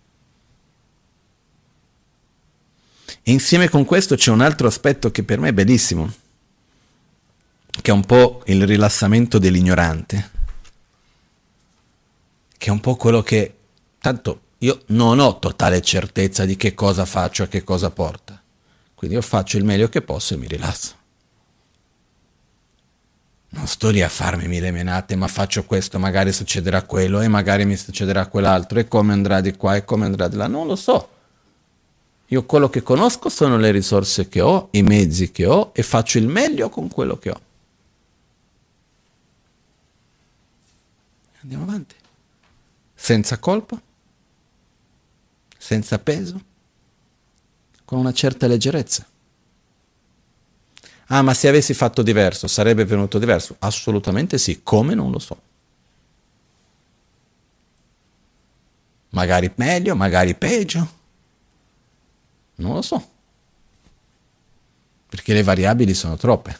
E insieme con questo c'è un altro aspetto che per me è bellissimo, che è un po' il rilassamento dell'ignorante, che è un po' quello che, tanto io non ho totale certezza di che cosa faccio e che cosa porta, quindi io faccio il meglio che posso e mi rilasso. Non sto lì a farmi mille menate, ma faccio questo, magari succederà quello e magari mi succederà quell'altro e come andrà di qua e come andrà di là, non lo so. Io quello che conosco sono le risorse che ho, i mezzi che ho e faccio il meglio con quello che ho. Andiamo avanti. Senza colpa, senza peso, con una certa leggerezza. Ah, ma se avessi fatto diverso, sarebbe venuto diverso? Assolutamente sì, come non lo so. Magari meglio, magari peggio, non lo so, perché le variabili sono troppe.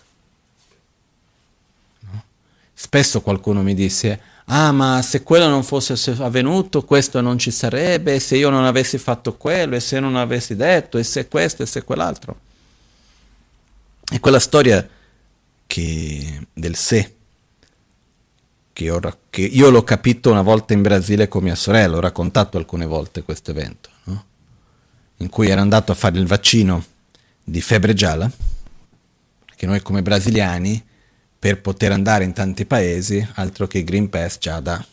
No? Spesso qualcuno mi disse, ah, ma se quello non fosse avvenuto, questo non ci sarebbe, e se io non avessi fatto quello, e se non avessi detto, e se questo, e se quell'altro. E quella storia del sé, che io l'ho capito una volta in Brasile con mia sorella, ho raccontato alcune volte questo evento, no? In cui era andato a fare il vaccino di febbre gialla, perché noi come brasiliani, per poter andare in tanti paesi, altro che Green Pass già da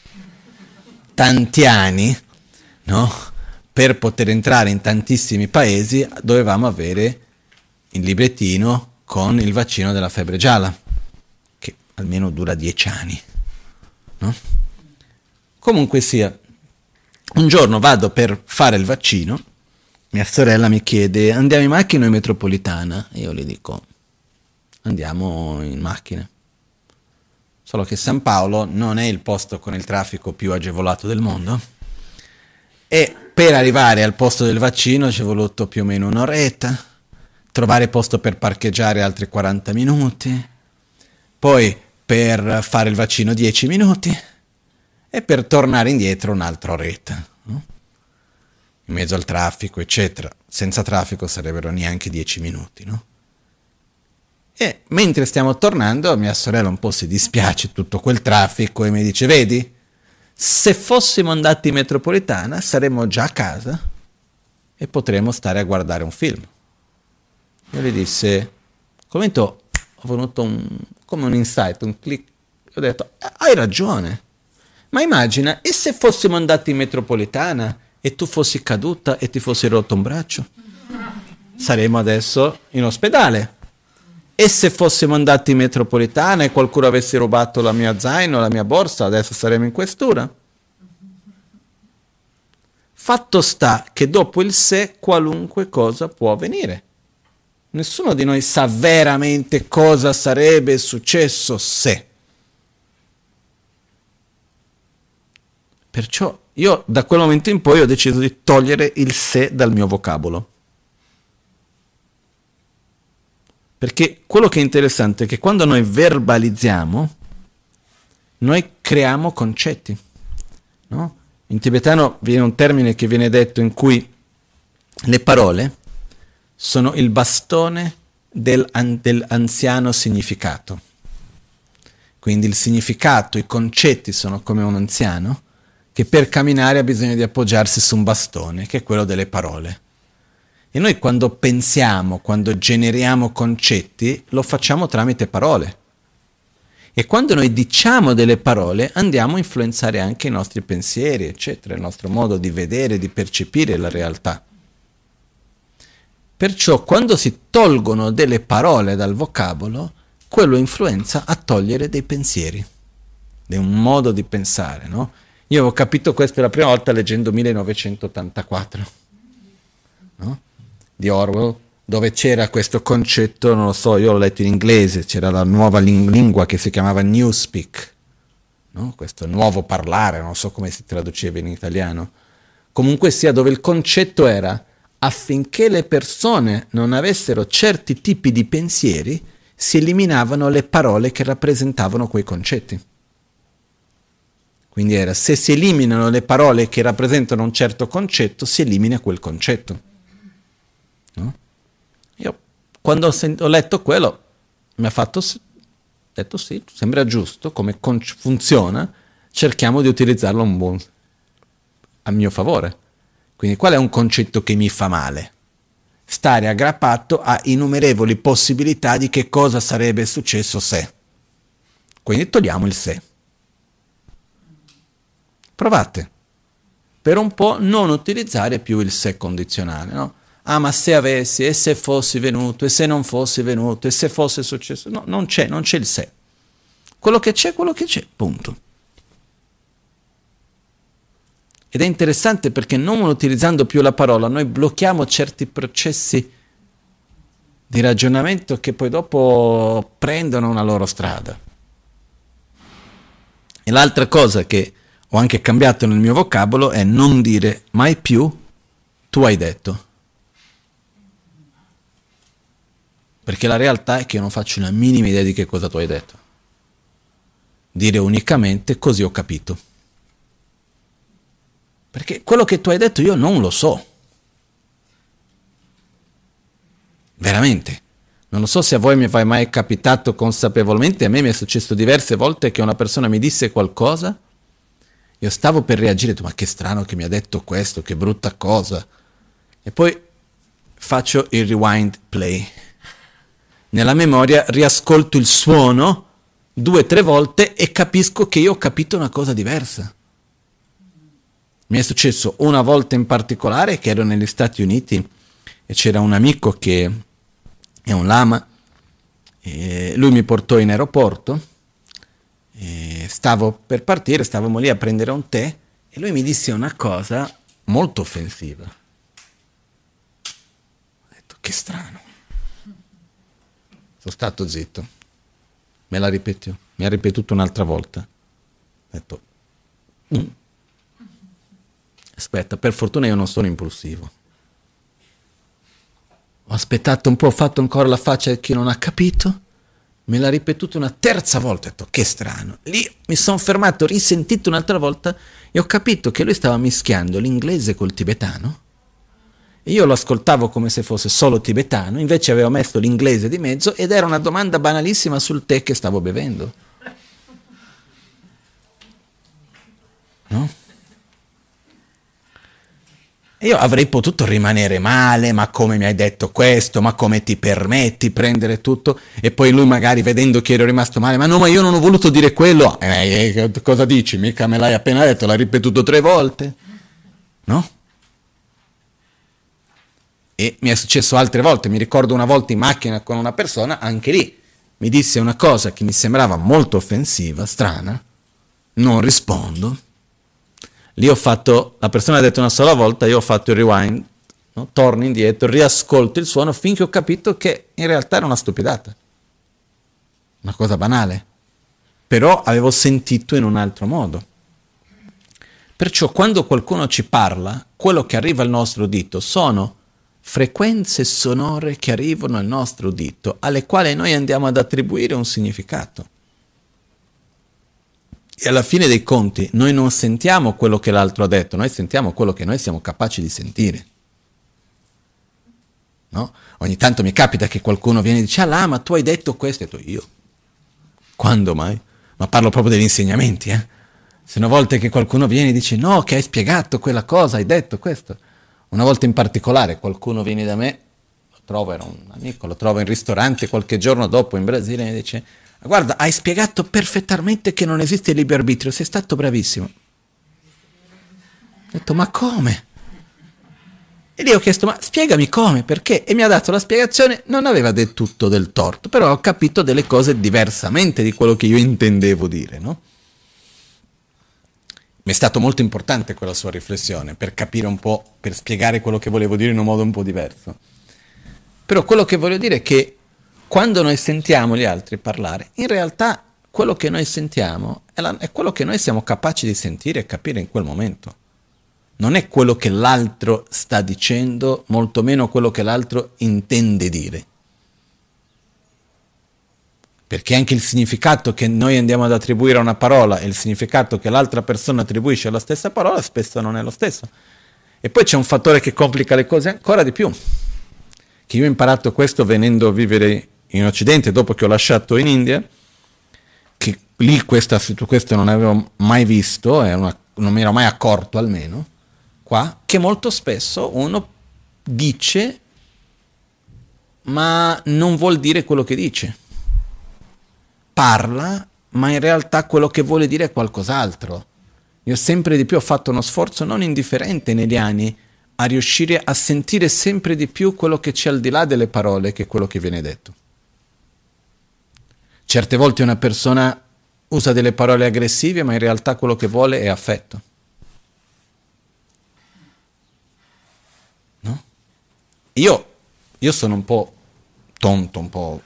tanti anni, no? Per poter entrare in tantissimi paesi dovevamo avere il librettino con il vaccino della febbre gialla, che almeno dura 10 anni, no? Comunque sia, un giorno vado per fare il vaccino, mia sorella mi chiede, andiamo in macchina o in metropolitana? E io le dico, andiamo in macchina. Solo che San Paolo non è il posto con il traffico più agevolato del mondo, e per arrivare al posto del vaccino ci è voluto più o meno un'oretta, trovare posto per parcheggiare altri 40 minuti, poi per fare il vaccino 10 minuti e per tornare indietro un'altra oretta, no? In mezzo al traffico, eccetera. Senza traffico sarebbero neanche 10 minuti, no? E mentre stiamo tornando, mia sorella un po' si dispiace tutto quel traffico e mi dice, vedi, se fossimo andati in metropolitana saremmo già a casa e potremmo stare a guardare un film. Io le disse, commento, ho avuto come un insight, un click, ho detto, hai ragione, ma immagina, e se fossimo andati in metropolitana e tu fossi caduta e ti fossi rotto un braccio? Saremmo adesso in ospedale. E se fossimo andati in metropolitana e qualcuno avesse rubato la mia zaino, la mia borsa, adesso saremmo in questura. Fatto sta che dopo il se qualunque cosa può avvenire. Nessuno di noi sa veramente cosa sarebbe successo se. Perciò io da quel momento in poi ho deciso di togliere il se dal mio vocabolo. Perché quello che è interessante è che quando noi verbalizziamo, noi creiamo concetti, no? In tibetano viene un termine che viene detto in cui le parole sono il bastone dell'anziano significato. Quindi il significato, i concetti sono come un anziano che per camminare ha bisogno di appoggiarsi su un bastone, che è quello delle parole. E noi quando pensiamo, quando generiamo concetti, lo facciamo tramite parole. E quando noi diciamo delle parole, andiamo a influenzare anche i nostri pensieri, eccetera, il nostro modo di vedere, di percepire la realtà. Perciò quando si tolgono delle parole dal vocabolo, quello influenza a togliere dei pensieri, di un modo di pensare, no? Io avevo capito questo la prima volta leggendo 1984, no? Di Orwell, dove c'era questo concetto, non lo so, io l'ho letto in inglese, c'era la nuova lingua che si chiamava Newspeak, no? Questo nuovo parlare, non so come si traduceva in italiano. Comunque sia, dove il concetto era affinché le persone non avessero certi tipi di pensieri, si eliminavano le parole che rappresentavano quei concetti. Quindi era, se si eliminano le parole che rappresentano un certo concetto, si elimina quel concetto. No? Io quando ho letto quello mi ha fatto, ho detto sì, sembra giusto, come funziona, cerchiamo di utilizzarlo a mio favore. Quindi qual è un concetto che mi fa male? Stare aggrappato a innumerevoli possibilità di che cosa sarebbe successo se. Quindi togliamo il se. Provate per un po' non utilizzare più il se condizionale, no? Ah, ma se avessi, e se fossi venuto, e se non fossi venuto, e se fosse successo. No, non c'è il se. Quello che c'è, punto. Ed è interessante perché non utilizzando più la parola noi blocchiamo certi processi di ragionamento che poi dopo prendono una loro strada. E l'altra cosa che ho anche cambiato nel mio vocabolo è non dire mai più tu hai detto. Perché la realtà è che io non faccio la minima idea di che cosa tu hai detto. Dire unicamente così ho capito. Perché quello che tu hai detto io non lo so. Veramente. Non lo so se a voi mi è mai capitato consapevolmente, a me mi è successo diverse volte che una persona mi disse qualcosa, io stavo per reagire, ma che strano che mi ha detto questo, che brutta cosa. E poi faccio il rewind play. Nella memoria riascolto il suono 2 o 3 volte e capisco che io ho capito una cosa diversa. Mi è successo una volta in particolare che ero negli Stati Uniti e c'era un amico che è un lama e lui mi portò in aeroporto e stavo per partire, stavamo lì a prendere un tè e lui mi disse una cosa molto offensiva. Ho detto che strano. Sono stato zitto. Me la ripeto, mi ha ripetuto un'altra volta. Ho detto aspetta, per fortuna io non sono impulsivo. Ho aspettato un po', ho fatto ancora la faccia di chi non ha capito, me l'ha ripetuto una terza volta, ho detto che strano. Lì mi sono fermato, risentito un'altra volta e ho capito che lui stava mischiando l'inglese col tibetano e io lo ascoltavo come se fosse solo tibetano, invece avevo messo l'inglese di mezzo ed era una domanda banalissima sul tè che stavo bevendo. No? Io avrei potuto rimanere male, ma come mi hai detto questo, ma come ti permetti prendere tutto? E poi lui magari vedendo che ero rimasto male, ma no, ma io non ho voluto dire quello. Cosa dici? Mica me l'hai appena detto, l'hai ripetuto 3 volte. No? E mi è successo altre volte, mi ricordo una volta in macchina con una persona, anche lì mi disse una cosa che mi sembrava molto offensiva, strana, non rispondo. Lì ho fatto, la persona ha detto una sola volta, io ho fatto il rewind, no? Torno indietro, riascolto il suono finché ho capito che in realtà era una stupidata, una cosa banale, però avevo sentito in un altro modo. Perciò quando qualcuno ci parla, quello che arriva al nostro udito sono frequenze sonore che arrivano al nostro udito, alle quali noi andiamo ad attribuire un significato. E alla fine dei conti noi non sentiamo quello che l'altro ha detto, noi sentiamo quello che noi siamo capaci di sentire. No? Ogni tanto mi capita che qualcuno viene e dice, ah, ma tu hai detto questo, e ho detto, io? Quando mai? Ma parlo proprio degli insegnamenti, Sono volte che qualcuno viene e dice, no, che hai spiegato quella cosa, hai detto questo. Una volta in particolare qualcuno viene da me, lo trovo, era un amico, lo trovo in ristorante qualche giorno dopo in Brasile e mi dice, guarda, hai spiegato perfettamente che non esiste il libero arbitrio, sei stato bravissimo. Ho detto, ma come? E lì ho chiesto, ma spiegami come, perché? E mi ha dato la spiegazione, non aveva del tutto del torto, però ho capito delle cose diversamente di quello che io intendevo dire, no? Mi è stato molto importante quella sua riflessione, per capire un po', per spiegare quello che volevo dire in un modo un po' diverso. Però quello che voglio dire è che quando noi sentiamo gli altri parlare, in realtà quello che noi sentiamo è quello che noi siamo capaci di sentire e capire in quel momento. Non è quello che l'altro sta dicendo, molto meno quello che l'altro intende dire. Perché anche il significato che noi andiamo ad attribuire a una parola e il significato che l'altra persona attribuisce alla stessa parola spesso non è lo stesso. E poi c'è un fattore che complica le cose ancora di più. Che io ho imparato questo venendo a vivere in Occidente dopo che ho lasciato in India, che lì questo non avevo mai visto, non mi ero mai accorto almeno, qua, che molto spesso uno dice ma non vuol dire quello che dice. Parla, ma in realtà quello che vuole dire è qualcos'altro. Io sempre di più ho fatto uno sforzo non indifferente negli anni a riuscire a sentire sempre di più quello che c'è al di là delle parole che quello che viene detto. Certe volte una persona usa delle parole aggressive, ma in realtà quello che vuole è affetto. Io sono un po' tonto,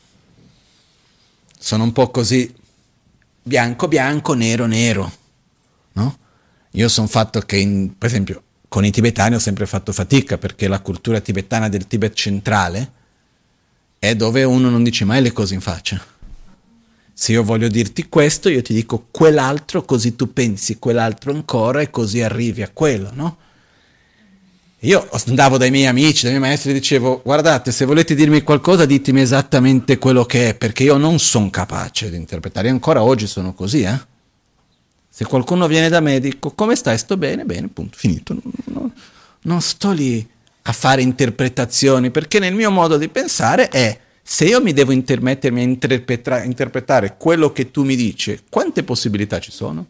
sono un po' così bianco, bianco, nero, nero, no? Io sono fatto che, per esempio, con i tibetani ho sempre fatto fatica, perché la cultura tibetana del Tibet centrale è dove uno non dice mai le cose in faccia. Se io voglio dirti questo, io ti dico quell'altro, così tu pensi quell'altro ancora e così arrivi a quello, no? Io andavo dai miei amici, dai miei maestri e dicevo: guardate, se volete dirmi qualcosa ditemi esattamente quello che è, perché io non sono capace di interpretare. Io ancora oggi sono così, eh? Se qualcuno viene da me e dico: come stai? Sto bene, bene, punto, finito. Non sto lì a fare interpretazioni, perché nel mio modo di pensare è: se io mi devo mettermi a interpretare quello che tu mi dici, quante possibilità ci sono?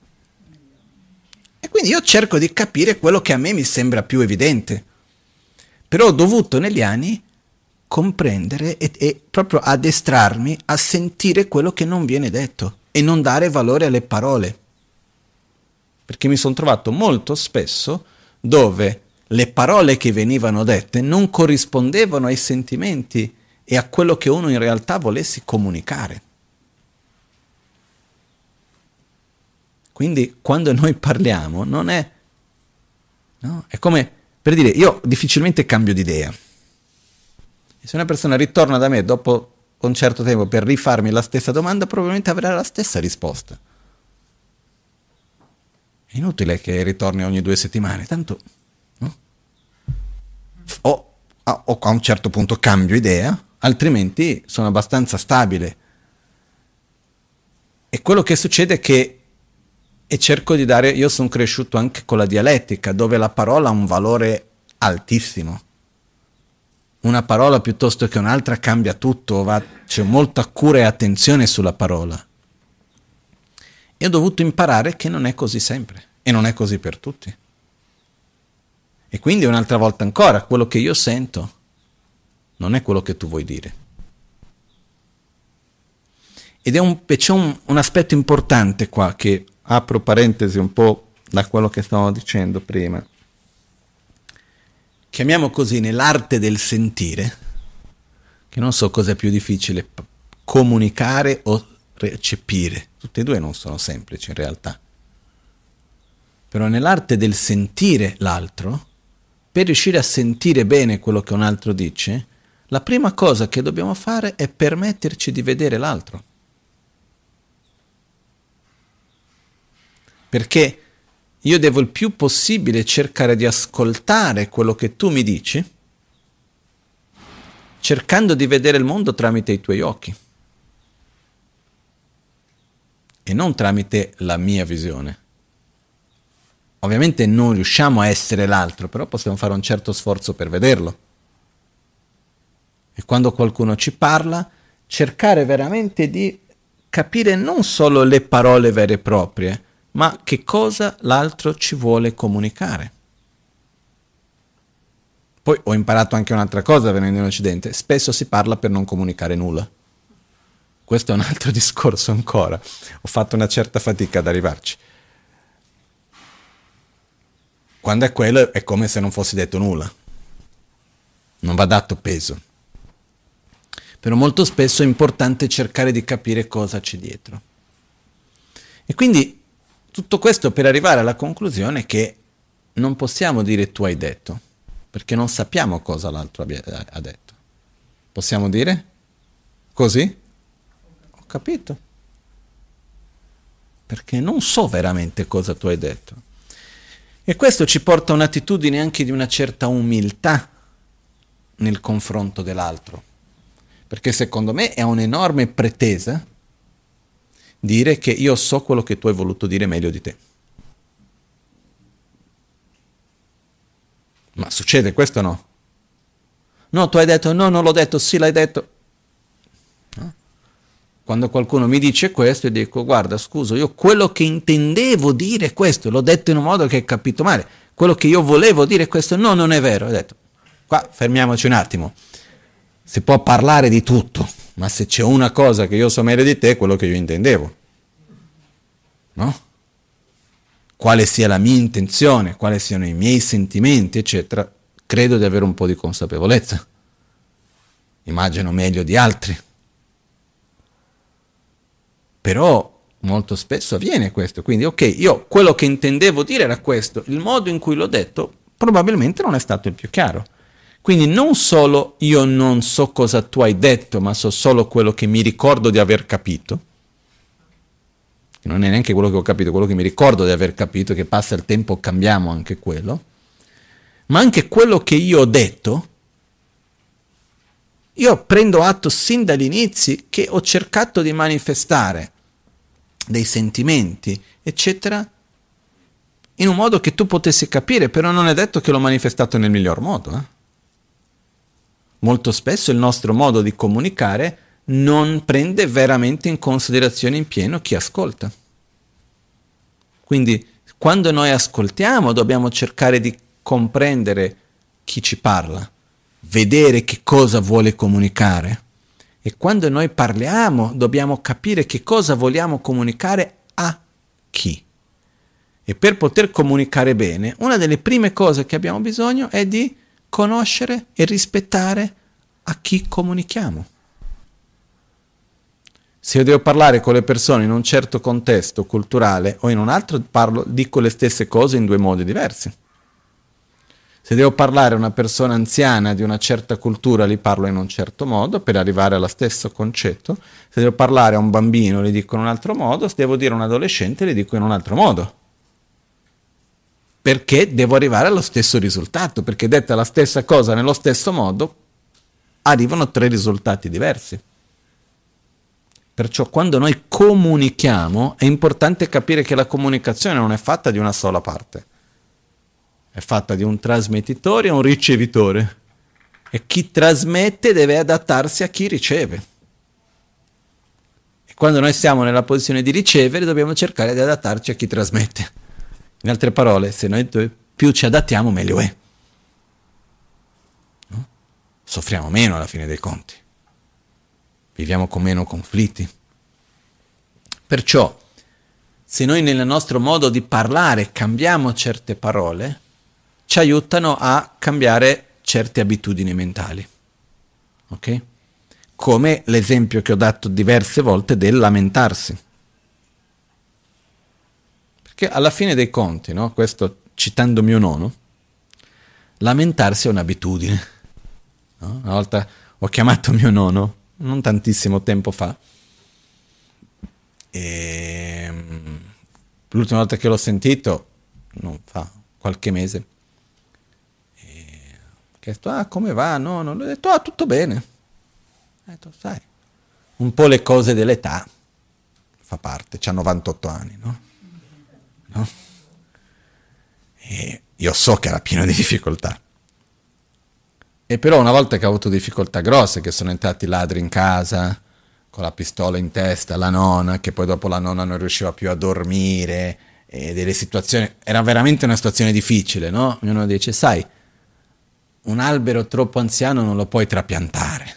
E quindi io cerco di capire quello che a me mi sembra più evidente. Però ho dovuto negli anni comprendere e proprio addestrarmi a sentire quello che non viene detto e non dare valore alle parole. Perché mi sono trovato molto spesso dove le parole che venivano dette non corrispondevano ai sentimenti e a quello che uno in realtà volesse comunicare. Quindi quando noi parliamo non è... No? È come per dire, io difficilmente cambio di idea. E se una persona ritorna da me dopo un certo tempo per rifarmi la stessa domanda, probabilmente avrà la stessa risposta. È inutile che ritorni ogni 2 settimane, tanto... No? O a un certo punto cambio idea, altrimenti sono abbastanza stabile. E quello che succede è che e cerco di dare, io sono cresciuto anche con la dialettica, dove la parola ha un valore altissimo. Una parola piuttosto che un'altra cambia tutto, c'è molta cura e attenzione sulla parola. E ho dovuto imparare che non è così sempre, e non è così per tutti. E quindi un'altra volta ancora, quello che io sento non è quello che tu vuoi dire. Ed c'è un aspetto importante qua che... Apro parentesi un po' da quello che stavo dicendo prima. Chiamiamo così nell'arte del sentire, che non so cosa è più difficile, comunicare o recepire. Tutte e due non sono semplici in realtà. Però nell'arte del sentire l'altro, per riuscire a sentire bene quello che un altro dice, la prima cosa che dobbiamo fare è permetterci di vedere l'altro. Perché io devo il più possibile cercare di ascoltare quello che tu mi dici, cercando di vedere il mondo tramite i tuoi occhi e non tramite la mia visione. Ovviamente non riusciamo a essere l'altro, però possiamo fare un certo sforzo per vederlo. E quando qualcuno ci parla, cercare veramente di capire non solo le parole vere e proprie, ma che cosa l'altro ci vuole comunicare. Poi ho imparato anche un'altra cosa venendo in Occidente: spesso si parla per non comunicare nulla. Questo è un altro discorso ancora. Ho fatto una certa fatica ad arrivarci. Quando è quello è come se non fosse detto nulla. Non va dato peso. Però molto spesso è importante cercare di capire cosa c'è dietro. E quindi tutto questo per arrivare alla conclusione che non possiamo dire tu hai detto, perché non sappiamo cosa l'altro ha detto. Possiamo dire? Così? Ho capito. Perché non so veramente cosa tu hai detto. E questo ci porta a un'attitudine anche di una certa umiltà nel confronto dell'altro. Perché secondo me è un'enorme pretesa dire che io so quello che tu hai voluto dire meglio di te. Ma succede questo o no? No, tu hai detto, no, non l'ho detto, sì l'hai detto. No? Quando qualcuno mi dice questo, io dico: guarda, scusa, io quello che intendevo dire è questo, l'ho detto in un modo che hai capito male. Quello che io volevo dire è questo, no, non è vero. Ho detto, qua fermiamoci un attimo. Si può parlare di tutto, ma se c'è una cosa che io so meglio di te, è quello che io intendevo. No? Quale sia la mia intenzione, quali siano i miei sentimenti, eccetera, credo di avere un po' di consapevolezza, immagino meglio di altri, però molto spesso avviene questo, quindi ok, io quello che intendevo dire era questo, il modo in cui l'ho detto probabilmente non è stato il più chiaro. Quindi non solo io non so cosa tu hai detto, ma so solo quello che mi ricordo di aver capito. Non è neanche quello che ho capito, quello che mi ricordo di aver capito, che passa il tempo, cambiamo anche quello. Ma anche quello che io ho detto, io prendo atto sin dagli inizi che ho cercato di manifestare dei sentimenti, eccetera, in un modo che tu potessi capire, però non è detto che l'ho manifestato nel miglior modo. Molto spesso il nostro modo di comunicare non prende veramente in considerazione in pieno chi ascolta. Quindi quando noi ascoltiamo dobbiamo cercare di comprendere chi ci parla, vedere che cosa vuole comunicare. E quando noi parliamo dobbiamo capire che cosa vogliamo comunicare a chi. E per poter comunicare bene, una delle prime cose che abbiamo bisogno è di conoscere e rispettare a chi comunichiamo. Se io devo parlare con le persone in un certo contesto culturale o in un altro, dico le stesse cose in due modi diversi. Se devo parlare a una persona anziana di una certa cultura, li parlo in un certo modo per arrivare allo stesso concetto. Se devo parlare a un bambino, li dico in un altro modo. Se devo dire a un adolescente, li dico in un altro modo. Perché devo arrivare allo stesso risultato, perché detta la stessa cosa nello stesso modo, arrivano 3 risultati diversi. Perciò quando noi comunichiamo è importante capire che la comunicazione non è fatta di una sola parte, è fatta di un trasmettitore e un ricevitore, e chi trasmette deve adattarsi a chi riceve. E quando noi siamo nella posizione di ricevere dobbiamo cercare di adattarci a chi trasmette. In altre parole, se noi più ci adattiamo meglio è. No? Soffriamo meno alla fine dei conti. Viviamo con meno conflitti. Perciò, se noi nel nostro modo di parlare cambiamo certe parole, ci aiutano a cambiare certe abitudini mentali. Ok? Come l'esempio che ho dato diverse volte del lamentarsi. Perché alla fine dei conti, no? Questo citando mio nonno, lamentarsi è un'abitudine. No? Una volta ho chiamato mio nonno, non tantissimo tempo fa, e l'ultima volta che l'ho sentito, non fa qualche mese, ho chiesto, come va? No, non l'ho detto, tutto bene. Ho detto, sai, un po' le cose dell'età, fa parte, c'ha 98 anni, no? No? E io so che era pieno di difficoltà. E però una volta che ho avuto difficoltà grosse, che sono entrati i ladri in casa, con la pistola in testa, la nonna, che poi dopo la nonna non riusciva più a dormire, e delle situazioni, era veramente una situazione difficile, no? Uno dice, sai, un albero troppo anziano non lo puoi trapiantare.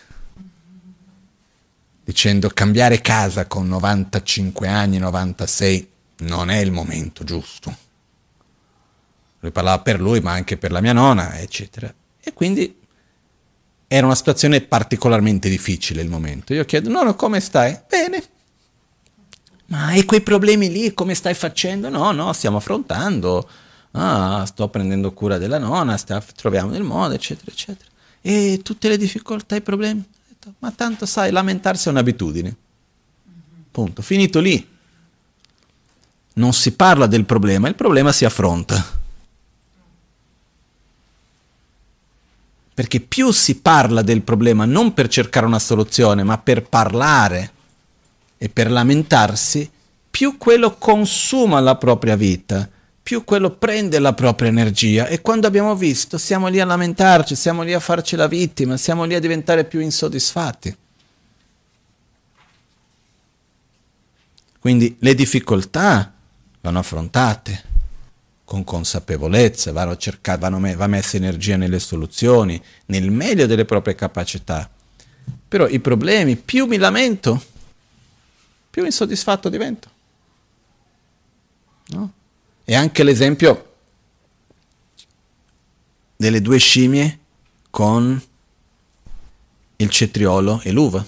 Dicendo, cambiare casa con 95 anni, 96, non è il momento giusto. Lui parlava per lui, ma anche per la mia nonna, eccetera. E quindi era una situazione particolarmente difficile il momento. Io chiedo, nonno, come stai? Bene. Ma hai quei problemi lì, come stai facendo? No, stiamo affrontando. Sto prendendo cura della nonna, troviamo il modo, eccetera, eccetera. E tutte le difficoltà, i problemi? Ho detto, ma tanto sai, lamentarsi è un'abitudine. Punto. Finito lì. Non si parla del problema, il problema si affronta. Perché più si parla del problema non per cercare una soluzione, ma per parlare e per lamentarsi, più quello consuma la propria vita, più quello prende la propria energia. E quando abbiamo visto, siamo lì a lamentarci, siamo lì a farci la vittima, siamo lì a diventare più insoddisfatti. Quindi le difficoltà vanno affrontate con consapevolezza, va messa energia nelle soluzioni, nel meglio delle proprie capacità. Però i problemi, più mi lamento, più insoddisfatto divento. No? E anche l'esempio delle due scimmie con il cetriolo e l'uva,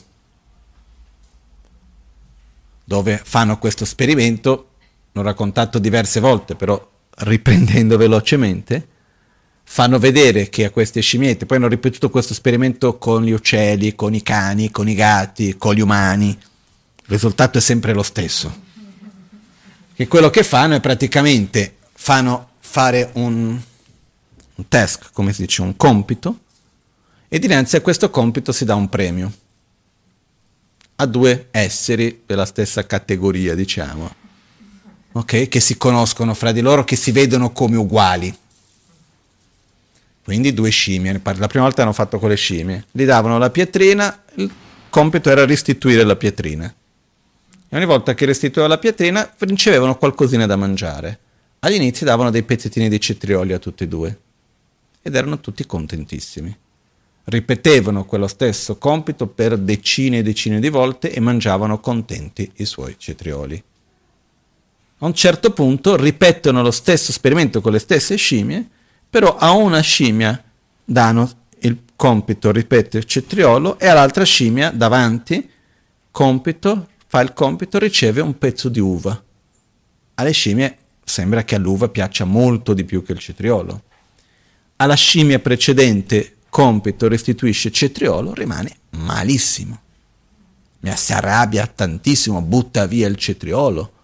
dove fanno questo esperimento, l'ho raccontato diverse volte, però riprendendo velocemente, fanno vedere che a queste scimmiette, poi hanno ripetuto questo esperimento con gli uccelli, con i cani, con i gatti, con gli umani, il risultato è sempre lo stesso, che quello che fanno è praticamente fanno fare un task, come si dice, un compito, e dinanzi a questo compito si dà un premio a due esseri della stessa categoria, diciamo, ok? Che si conoscono fra di loro, che si vedono come uguali. Quindi due scimmie, la prima volta hanno fatto con le scimmie, gli davano la pietrina, il compito era restituire la pietrina. E ogni volta che restituivano la pietrina ricevevano qualcosina da mangiare. All'inizio davano dei pezzettini di cetrioli a tutti e due ed erano tutti contentissimi. Ripetevano quello stesso compito per decine e decine di volte e mangiavano contenti i suoi cetrioli. A un certo punto ripetono lo stesso esperimento con le stesse scimmie, però a una scimmia danno il compito, ripete il cetriolo, e all'altra scimmia davanti, compito, fa il compito, riceve un pezzo di uva. Alle scimmie sembra che all'uva piaccia molto di più che il cetriolo. Alla scimmia precedente, compito, restituisce cetriolo, rimane malissimo. Si arrabbia tantissimo, butta via il cetriolo,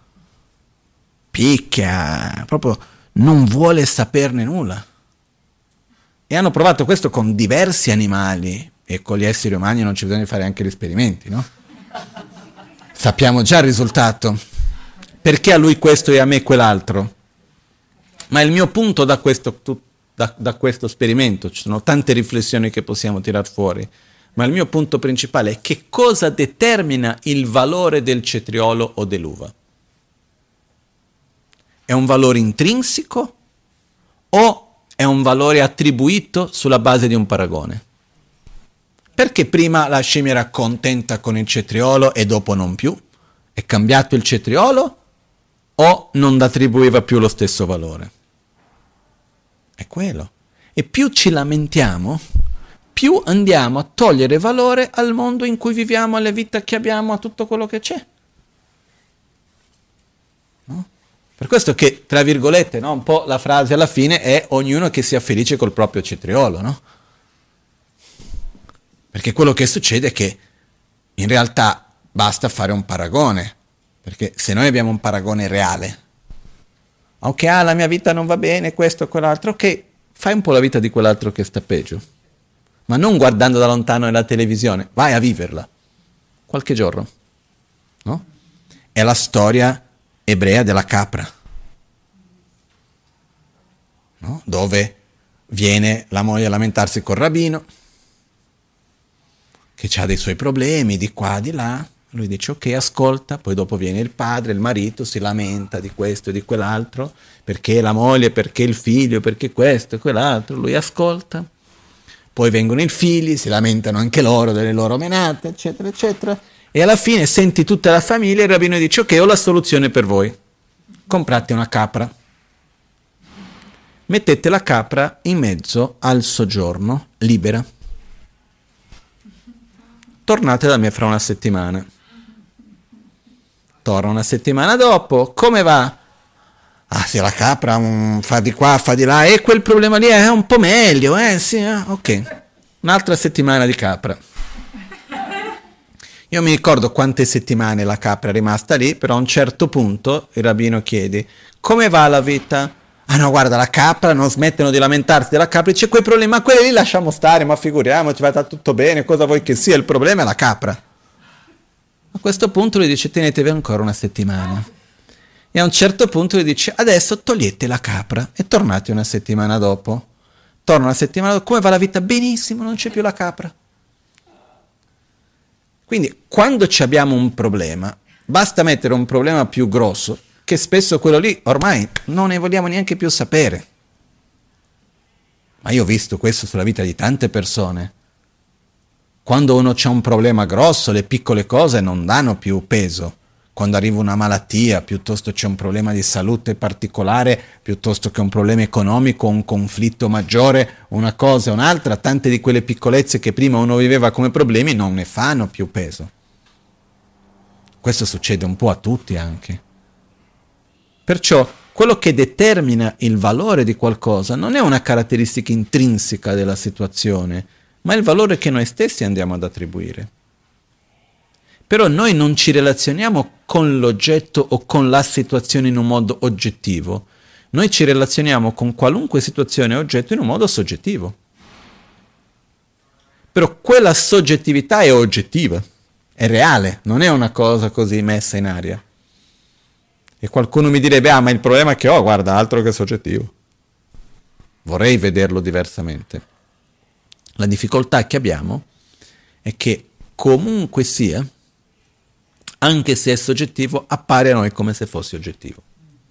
picchia, proprio non vuole saperne nulla. E hanno provato questo con diversi animali, e con gli esseri umani non c'è bisogno di fare anche gli esperimenti, no? Sappiamo già il risultato. Perché a lui questo e a me quell'altro? Ma il mio punto da questo esperimento, ci sono tante riflessioni che possiamo tirar fuori, ma il mio punto principale è che cosa determina il valore del cetriolo o dell'uva? È un valore intrinseco o è un valore attribuito sulla base di un paragone? Perché prima la scimmia era contenta con il cetriolo e dopo non più? È cambiato il cetriolo o non attribuiva più lo stesso valore? È quello. E più ci lamentiamo, più andiamo a togliere valore al mondo in cui viviamo, alle vite che abbiamo, a tutto quello che c'è. No? Per questo che, tra virgolette, no, un po' la frase alla fine è ognuno che sia felice col proprio cetriolo, no? Perché quello che succede è che in realtà basta fare un paragone, perché se noi abbiamo un paragone reale, ok, la mia vita non va bene, questo e quell'altro, ok, fai un po' la vita di quell'altro che sta peggio, ma non guardando da lontano nella televisione, vai a viverla, qualche giorno, no? È la storia ebrea della capra, no? Dove viene la moglie a lamentarsi col rabbino, che ha dei suoi problemi di qua, di là, lui dice ok, ascolta, poi dopo viene il padre, il marito, si lamenta di questo e di quell'altro, perché la moglie, perché il figlio, perché questo e quell'altro, lui ascolta, poi vengono i figli, si lamentano anche loro delle loro menate, eccetera, eccetera, e alla fine senti tutta la famiglia e il rabbino dice ok, ho la soluzione per voi, comprate una capra, mettete la capra in mezzo al soggiorno, libera, tornate da me fra una settimana. Torna una settimana dopo, come va? Ah sì, la capra fa di qua, fa di là, e quel problema lì è un po' meglio, sì, ok. Un'altra settimana di capra. Io mi ricordo quante settimane la capra è rimasta lì, però a un certo punto il rabbino chiede, come va la vita? Ah no, guarda, la capra, non smettono di lamentarsi della capra, c'è quei problemi, ma quelli lì lasciamo stare, ma figuriamoci, va tutto bene, cosa vuoi che sia, il problema è la capra. A questo punto lui dice, tenetevi ancora una settimana. E a un certo punto lui dice, adesso togliete la capra e tornate una settimana dopo. Torna una settimana dopo, come va la vita? Benissimo, non c'è più la capra. Quindi, quando abbiamo un problema, basta mettere un problema più grosso, che spesso quello lì ormai non ne vogliamo neanche più sapere. Ma io ho visto questo sulla vita di tante persone. Quando uno c'ha un problema grosso, le piccole cose non danno più peso. quando arriva una malattia, piuttosto c'è un problema di salute particolare, piuttosto che un problema economico, un conflitto maggiore, una cosa o un'altra, tante di quelle piccolezze che prima uno viveva come problemi non ne fanno più peso. Questo succede un po' a tutti anche. Perciò quello che determina il valore di qualcosa non è una caratteristica intrinseca della situazione, ma è il valore che noi stessi andiamo ad attribuire. Però noi non ci relazioniamo con l'oggetto o con la situazione in un modo oggettivo, noi ci relazioniamo con qualunque situazione o oggetto in un modo soggettivo. Però quella soggettività è oggettiva, è reale, non è una cosa così messa in aria. E qualcuno mi direbbe, ma il problema che ho, guarda, altro che soggettivo. Vorrei vederlo diversamente. La difficoltà che abbiamo è che comunque sia, anche se è soggettivo, appare a noi come se fosse oggettivo.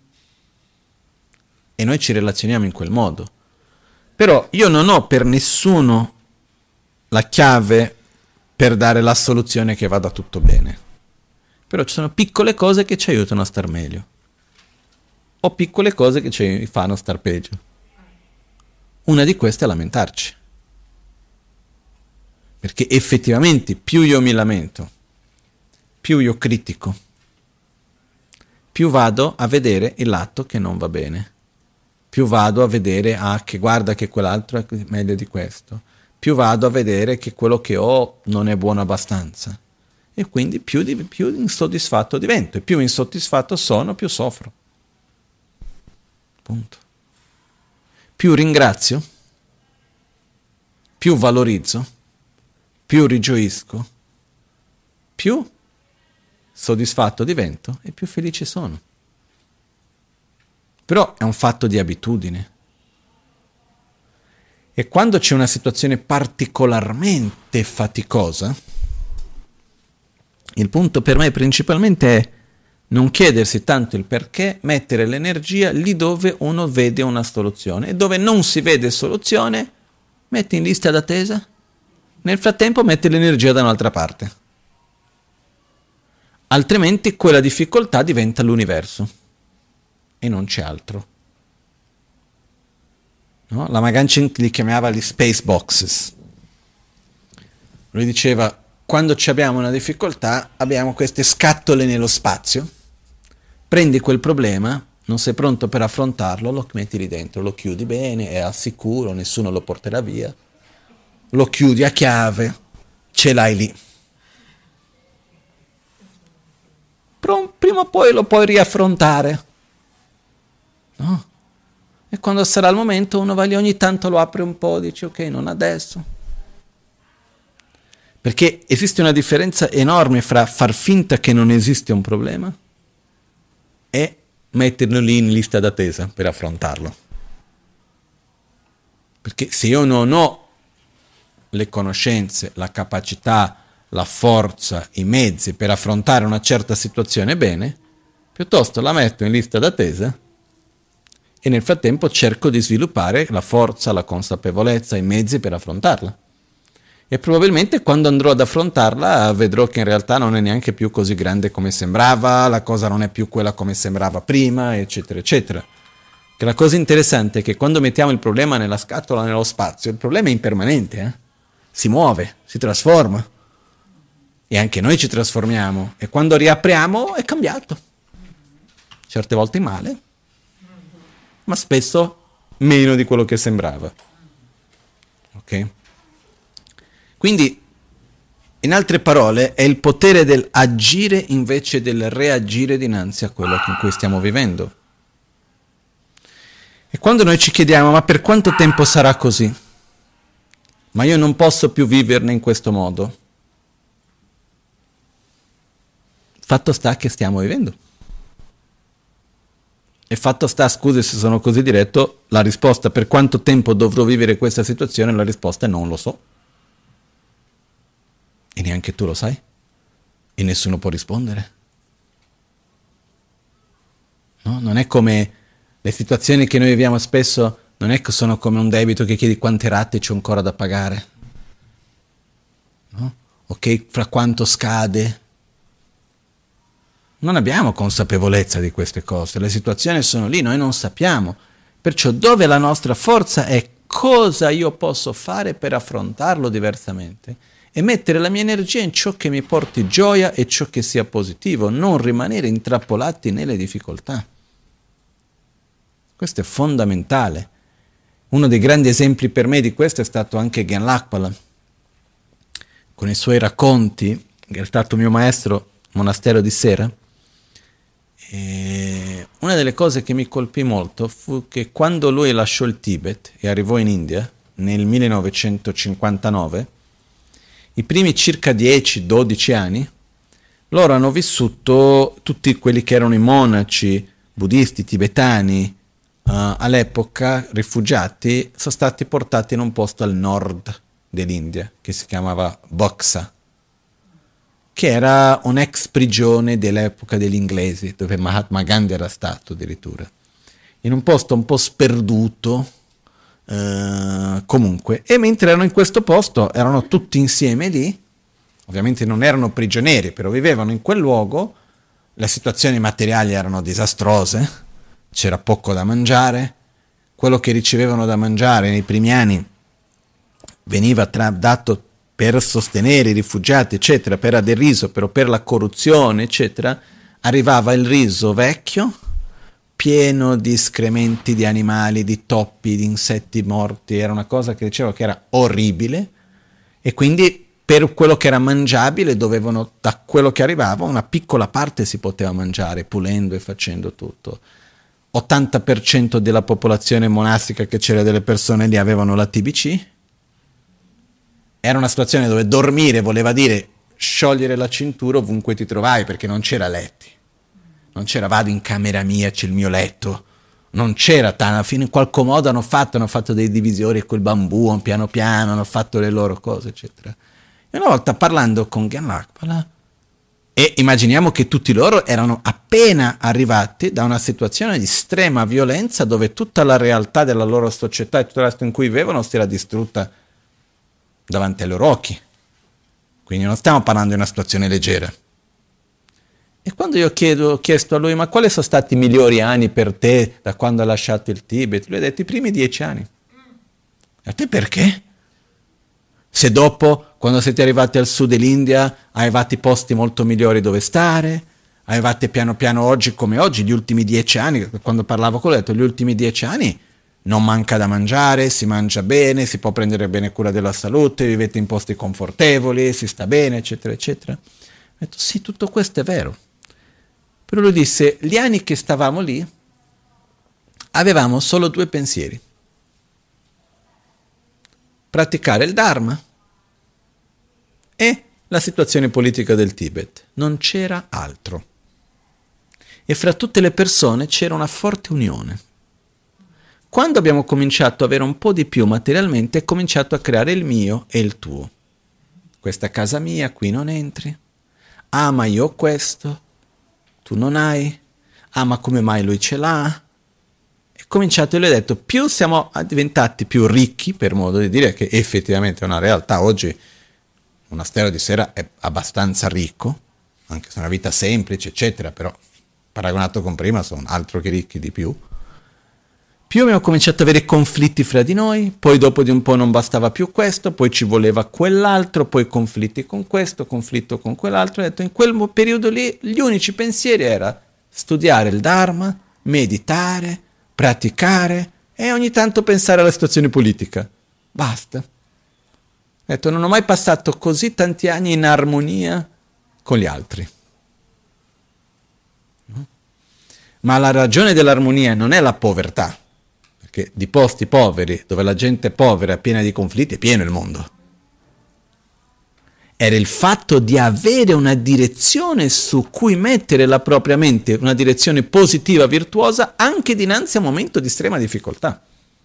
E noi ci relazioniamo in quel modo. Però io non ho per nessuno la chiave per dare la soluzione che vada tutto bene. Però ci sono piccole cose che ci aiutano a star meglio. O piccole cose che ci fanno star peggio. Una di queste è lamentarci. Perché effettivamente più io mi lamento, più io critico, più vado a vedere il lato che non va bene. Più vado a vedere, che guarda che quell'altro è meglio di questo. Più vado a vedere che quello che ho non è buono abbastanza. E quindi più insoddisfatto divento. E più insoddisfatto sono, più soffro. Punto. Più ringrazio, più valorizzo, più rigioisco, più soddisfatto divento e più felice sono. Però è un fatto di abitudine. E quando c'è una situazione particolarmente faticosa, il punto per me principalmente è non chiedersi tanto il perché, mettere l'energia lì dove uno vede una soluzione. E dove non si vede soluzione, metti in lista d'attesa. Nel frattempo metti l'energia da un'altra parte. Altrimenti quella difficoltà diventa l'universo. E non c'è altro. No? La Magancin li chiamava gli space boxes. Lui diceva, quando abbiamo una difficoltà, abbiamo queste scatole nello spazio, prendi quel problema, non sei pronto per affrontarlo, lo metti lì dentro, lo chiudi bene, è al sicuro, nessuno lo porterà via, lo chiudi a chiave, ce l'hai lì. Prima o poi lo puoi riaffrontare. No? E quando sarà il momento uno va lì, ogni tanto lo apre un po', dice ok, non adesso. Perché esiste una differenza enorme fra far finta che non esiste un problema e metterlo lì in lista d'attesa per affrontarlo. Perché se io non ho le conoscenze, la capacità, la forza, i mezzi per affrontare una certa situazione bene, piuttosto la metto in lista d'attesa e nel frattempo cerco di sviluppare la forza, la consapevolezza, i mezzi per affrontarla. E probabilmente quando andrò ad affrontarla vedrò che in realtà non è neanche più così grande come sembrava, la cosa non è più quella come sembrava prima, eccetera, eccetera. Che la cosa interessante è che quando mettiamo il problema nella scatola, nello spazio, il problema è impermanente, si muove, si trasforma. E anche noi ci trasformiamo. E quando riapriamo è cambiato. Certe volte male, ma spesso meno di quello che sembrava. Ok? Quindi, in altre parole, è il potere del agire invece del reagire dinanzi a quello in cui stiamo vivendo. E quando noi ci chiediamo, ma per quanto tempo sarà così? Ma io non posso più viverne in questo modo. Fatto sta che stiamo vivendo. E fatto sta, scusi se sono così diretto, la risposta per quanto tempo dovrò vivere questa situazione, la risposta è non lo so. E neanche tu lo sai. E nessuno può rispondere. No? Non è come le situazioni che noi viviamo spesso, non è che sono come un debito che chiedi quante rate c'ho ancora da pagare. No? Ok, fra quanto scade. Non abbiamo consapevolezza di queste cose, le situazioni sono lì, noi non sappiamo. Perciò dove la nostra forza è cosa io posso fare per affrontarlo diversamente e mettere la mia energia in ciò che mi porti gioia e ciò che sia positivo, non rimanere intrappolati nelle difficoltà. Questo è fondamentale. Uno dei grandi esempi per me di questo è stato anche Gen Lakpala, con i suoi racconti, che è stato mio maestro, monastero di Sera. E una delle cose che mi colpì molto fu che quando lui lasciò il Tibet e arrivò in India nel 1959, i primi circa 10-12 anni, loro hanno vissuto, tutti quelli che erano i monaci buddisti tibetani all'epoca, rifugiati, sono stati portati in un posto al nord dell'India che si chiamava Buxa, che era un'ex prigione dell'epoca degli inglesi, dove Mahatma Gandhi era stato addirittura, in un posto un po' sperduto, comunque. E mentre erano in questo posto, erano tutti insieme lì, ovviamente non erano prigionieri, però vivevano in quel luogo, le situazioni materiali erano disastrose, c'era poco da mangiare, quello che ricevevano da mangiare nei primi anni veniva dato per sostenere i rifugiati, eccetera, per del riso, però per la corruzione, eccetera, arrivava il riso vecchio, pieno di escrementi di animali, di topi, di insetti morti, era una cosa che dicevo che era orribile, e quindi per quello che era mangiabile dovevano, da quello che arrivava, una piccola parte si poteva mangiare, pulendo e facendo tutto. 80% della popolazione monastica che c'era, delle persone lì, avevano la TBC. Era una situazione dove dormire voleva dire sciogliere la cintura ovunque ti trovai, perché non c'era letti, non c'era vado in camera mia, c'è il mio letto, non c'era, fino in qualche modo hanno fatto dei divisori col bambù, piano piano hanno fatto le loro cose, eccetera. E una volta parlando con Gen Lakpala, e immaginiamo che tutti loro erano appena arrivati da una situazione di estrema violenza, dove tutta la realtà della loro società e tutto il resto in cui vivevano si era distrutta davanti ai loro occhi. Quindi non stiamo parlando di una situazione leggera. E quando io ho chiesto a lui, ma quali sono stati i migliori anni per te da quando hai lasciato il Tibet? Lui ha detto i primi 10 anni. E a te perché? Se dopo, quando siete arrivati al sud dell'India, avevate posti molto migliori dove stare, avevate piano piano oggi come oggi, gli ultimi 10 anni, quando parlavo con lui, ho detto gli ultimi 10 anni non manca da mangiare, si mangia bene, si può prendere bene cura della salute, vivete in posti confortevoli, si sta bene, eccetera, eccetera. Ho detto sì, tutto questo è vero. Però lui disse, gli anni che stavamo lì, avevamo solo 2 pensieri. Praticare il Dharma e la situazione politica del Tibet. Non c'era altro. E fra tutte le persone c'era una forte unione. Quando abbiamo cominciato ad avere un po' di più materialmente, è cominciato a creare il mio e il tuo. Questa è casa mia, qui non entri. Ah, ma io ho questo, tu non hai. Ah, ma come mai lui ce l'ha? E cominciato e le ho detto, più siamo diventati più ricchi, per modo di dire, che effettivamente è una realtà. Oggi il monastero di Sera è abbastanza ricco, anche se è una vita semplice, eccetera, però paragonato con prima sono altro che ricchi di più. Più abbiamo cominciato ad avere conflitti fra di noi, poi dopo di un po' non bastava più questo, poi ci voleva quell'altro, poi conflitti con questo, conflitto con quell'altro. Ho detto, in quel periodo lì gli unici pensieri era studiare il Dharma, meditare, praticare e ogni tanto pensare alla situazione politica. Basta. Ho detto, non ho mai passato così tanti anni in armonia con gli altri. Ma la ragione dell'armonia non è la povertà, perché di posti poveri, dove la gente povera è piena di conflitti, è pieno il mondo. Era il fatto di avere una direzione su cui mettere la propria mente, una direzione positiva, virtuosa, anche dinanzi a un momento di estrema difficoltà.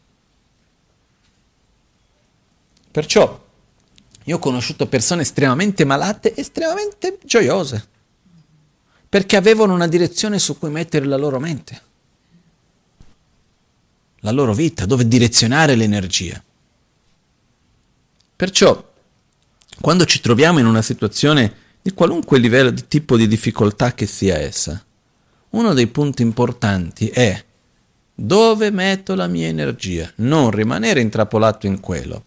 Perciò io ho conosciuto persone estremamente malate, estremamente gioiose, perché avevano una direzione su cui mettere la loro mente, la loro vita, dove direzionare l'energia. Perciò, quando ci troviamo in una situazione di qualunque livello di tipo di difficoltà che sia essa, uno dei punti importanti è dove metto la mia energia, non rimanere intrappolato in quello.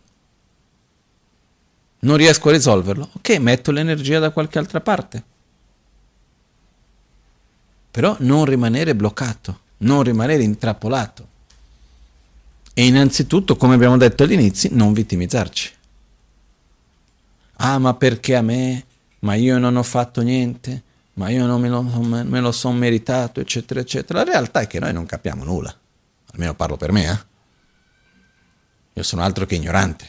Non riesco a risolverlo? Ok, metto l'energia da qualche altra parte. Però non rimanere bloccato, non rimanere intrappolato. E innanzitutto, come abbiamo detto all'inizio, non vittimizzarci. Ah, ma perché a me? Ma io non ho fatto niente? Ma io non me lo sono meritato, eccetera, eccetera. La realtà è che noi non capiamo nulla. Almeno parlo per me, Io sono altro che ignorante.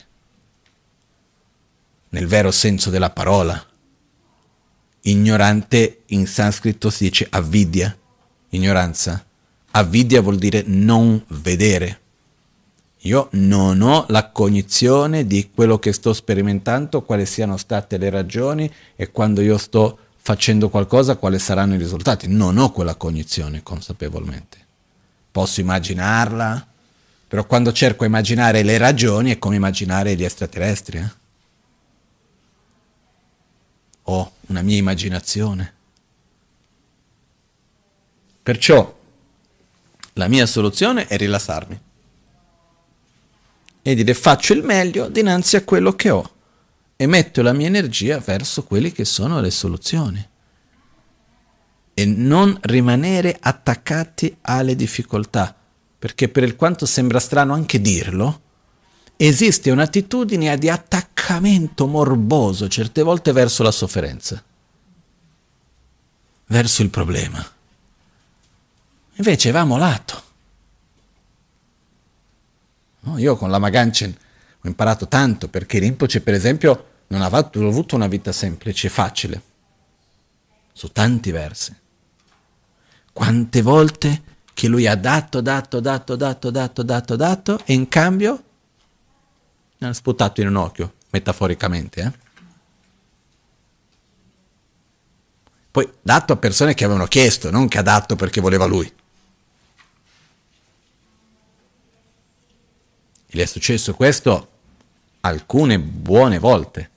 Nel vero senso della parola. Ignorante in sanscrito si dice avidya, ignoranza. Avidya vuol dire non vedere. Io non ho la cognizione di quello che sto sperimentando, quali siano state le ragioni e quando io sto facendo qualcosa quali saranno i risultati. Non ho quella cognizione consapevolmente. Posso immaginarla, però quando cerco di immaginare le ragioni è come immaginare gli extraterrestri. Ho una mia immaginazione. Perciò la mia soluzione è rilassarmi e dire faccio il meglio dinanzi a quello che ho e metto la mia energia verso quelle che sono le soluzioni e non rimanere attaccati alle difficoltà, perché per quanto sembra strano anche dirlo, esiste un'attitudine di attaccamento morboso certe volte verso la sofferenza, verso il problema. Invece va molato. No, io con Lama Ganchen ho imparato tanto, perché Rinpoche, per esempio, non ha avuto una vita semplice e facile, su tanti versi. Quante volte che lui ha dato e in cambio ne ha sputato in un occhio, metaforicamente. Poi dato a persone che avevano chiesto, non che ha dato perché voleva lui. E gli è successo questo alcune buone volte.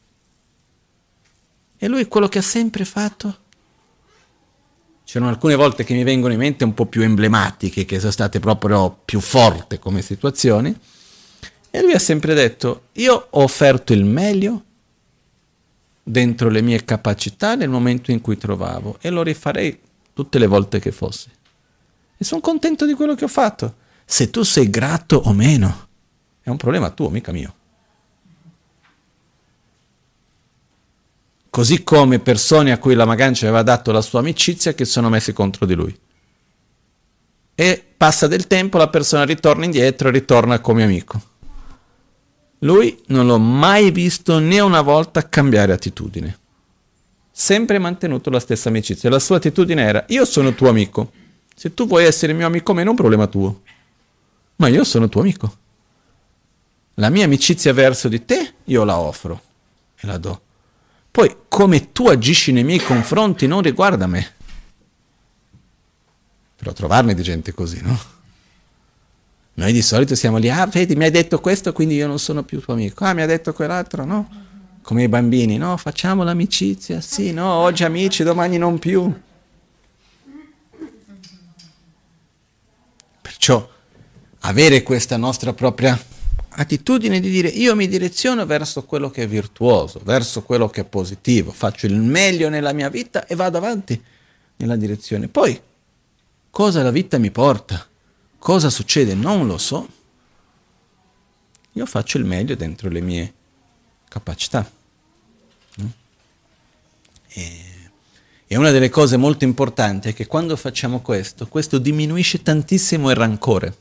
E lui quello che ha sempre fatto? C'erano alcune volte che mi vengono in mente un po' più emblematiche, che sono state proprio più forti come situazioni. E lui ha sempre detto, io ho offerto il meglio dentro le mie capacità nel momento in cui trovavo e lo rifarei tutte le volte che fosse. E sono contento di quello che ho fatto. Se tu sei grato o meno, è un problema tuo, mica mio. Così come persone a cui Lama Ganchen aveva dato la sua amicizia che sono messi contro di lui. E passa del tempo, la persona ritorna indietro e ritorna come amico. Lui non l'ho mai visto né una volta cambiare attitudine. Sempre mantenuto la stessa amicizia. La sua attitudine era, io sono tuo amico. Se tu vuoi essere mio amico, meno è un problema tuo. Ma io sono tuo amico. La mia amicizia verso di te, io la offro e la do. Poi, come tu agisci nei miei confronti non riguarda me. Però trovarne di gente così, no? Noi di solito siamo lì, vedi, mi hai detto questo, quindi io non sono più tuo amico. Mi ha detto quell'altro, no? Come i bambini, no? Facciamo l'amicizia, sì, no? Oggi amici, domani non più. Perciò, avere questa nostra propria attitudine di dire io mi direziono verso quello che è virtuoso, verso quello che è positivo, faccio il meglio nella mia vita e vado avanti nella direzione. Poi, cosa la vita mi porta? Cosa succede? Non lo so. Io faccio il meglio dentro le mie capacità. E una delle cose molto importanti è che quando facciamo questo diminuisce tantissimo il rancore.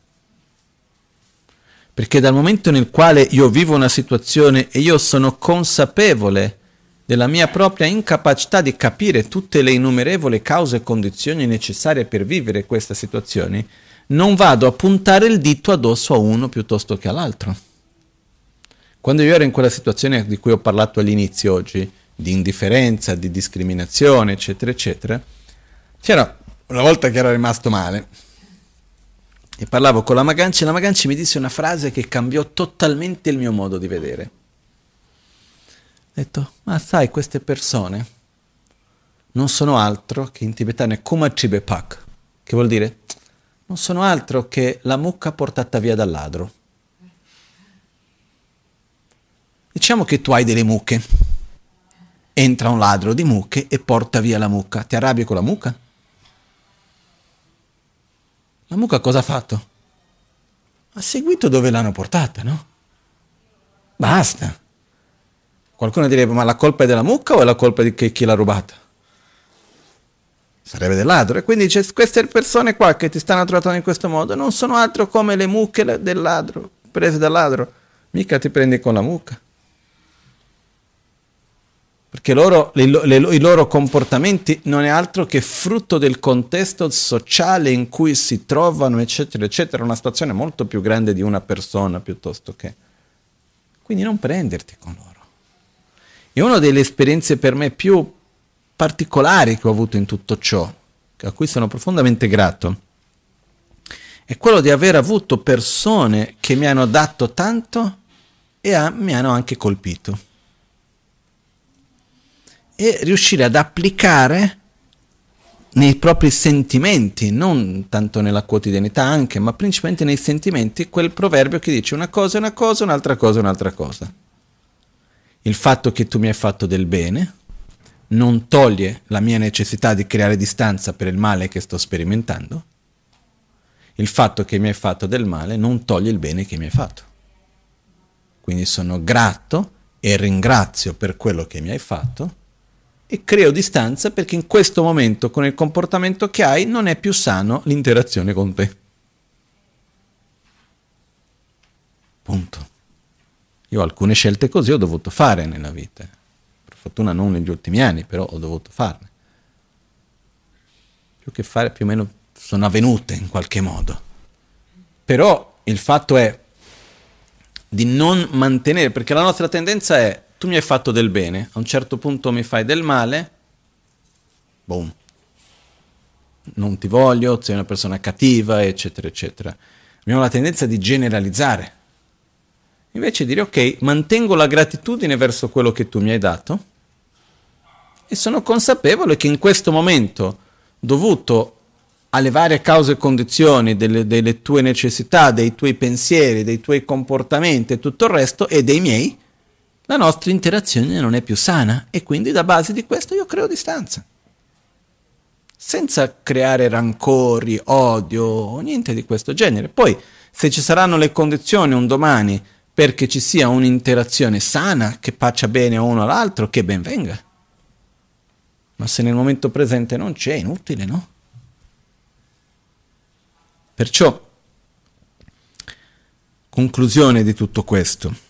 Perché dal momento nel quale io vivo una situazione e io sono consapevole della mia propria incapacità di capire tutte le innumerevoli cause e condizioni necessarie per vivere questa situazione, non vado a puntare il dito addosso a uno piuttosto che all'altro. Quando io ero in quella situazione di cui ho parlato all'inizio oggi, di indifferenza, di discriminazione, eccetera, eccetera, c'era una volta che ero rimasto male, e parlavo con Lama Ganchen, Lama Ganchen mi disse una frase che cambiò totalmente il mio modo di vedere. detto, ma sai, queste persone non sono altro che in tibetano è Kumachibepak, che vuol dire non sono altro che la mucca portata via dal ladro. Diciamo che tu hai delle mucche, entra un ladro di mucche e porta via la mucca. Ti arrabbi con la mucca? La mucca cosa ha fatto? Ha seguito dove l'hanno portata, no? Basta. Qualcuno direbbe, ma la colpa è della mucca o è la colpa di chi l'ha rubata? Sarebbe del ladro. E quindi dice, queste persone qua che ti stanno trattando in questo modo non sono altro come le mucche del ladro, prese dal ladro. Mica ti prendi con la mucca. Perché i loro comportamenti non è altro che frutto del contesto sociale in cui si trovano, eccetera, eccetera. Una situazione molto più grande di una persona piuttosto che. Quindi non prenderti con loro. E una delle esperienze per me più particolari che ho avuto in tutto ciò, a cui sono profondamente grato, è quello di aver avuto persone che mi hanno dato tanto e mi hanno anche colpito. E riuscire ad applicare nei propri sentimenti, non tanto nella quotidianità anche, ma principalmente nei sentimenti, quel proverbio che dice una cosa è una cosa, un'altra cosa è un'altra cosa. Il fatto che tu mi hai fatto del bene non toglie la mia necessità di creare distanza per il male che sto sperimentando. Il fatto che mi hai fatto del male non toglie il bene che mi hai fatto. Quindi sono grato e ringrazio per quello che mi hai fatto e creo distanza perché in questo momento con il comportamento che hai non è più sano l'interazione con te. Punto. Io alcune scelte così ho dovuto fare nella vita. Per fortuna non negli ultimi anni, però ho dovuto farne. Più che fare, più o meno sono avvenute in qualche modo. Però il fatto è di non mantenere, perché la nostra tendenza è tu mi hai fatto del bene, a un certo punto mi fai del male, boom, non ti voglio, sei una persona cattiva, eccetera, eccetera. Abbiamo la tendenza di generalizzare. Invece dire, ok, mantengo la gratitudine verso quello che tu mi hai dato e sono consapevole che in questo momento, dovuto alle varie cause e condizioni delle tue necessità, dei tuoi pensieri, dei tuoi comportamenti e tutto il resto, e dei miei, la nostra interazione non è più sana e quindi da base di questo io creo distanza. Senza creare rancori, odio o niente di questo genere. Poi, se ci saranno le condizioni un domani perché ci sia un'interazione sana che faccia bene a uno all'altro, che ben venga. Ma se nel momento presente non c'è, è inutile, no? Perciò, conclusione di tutto questo.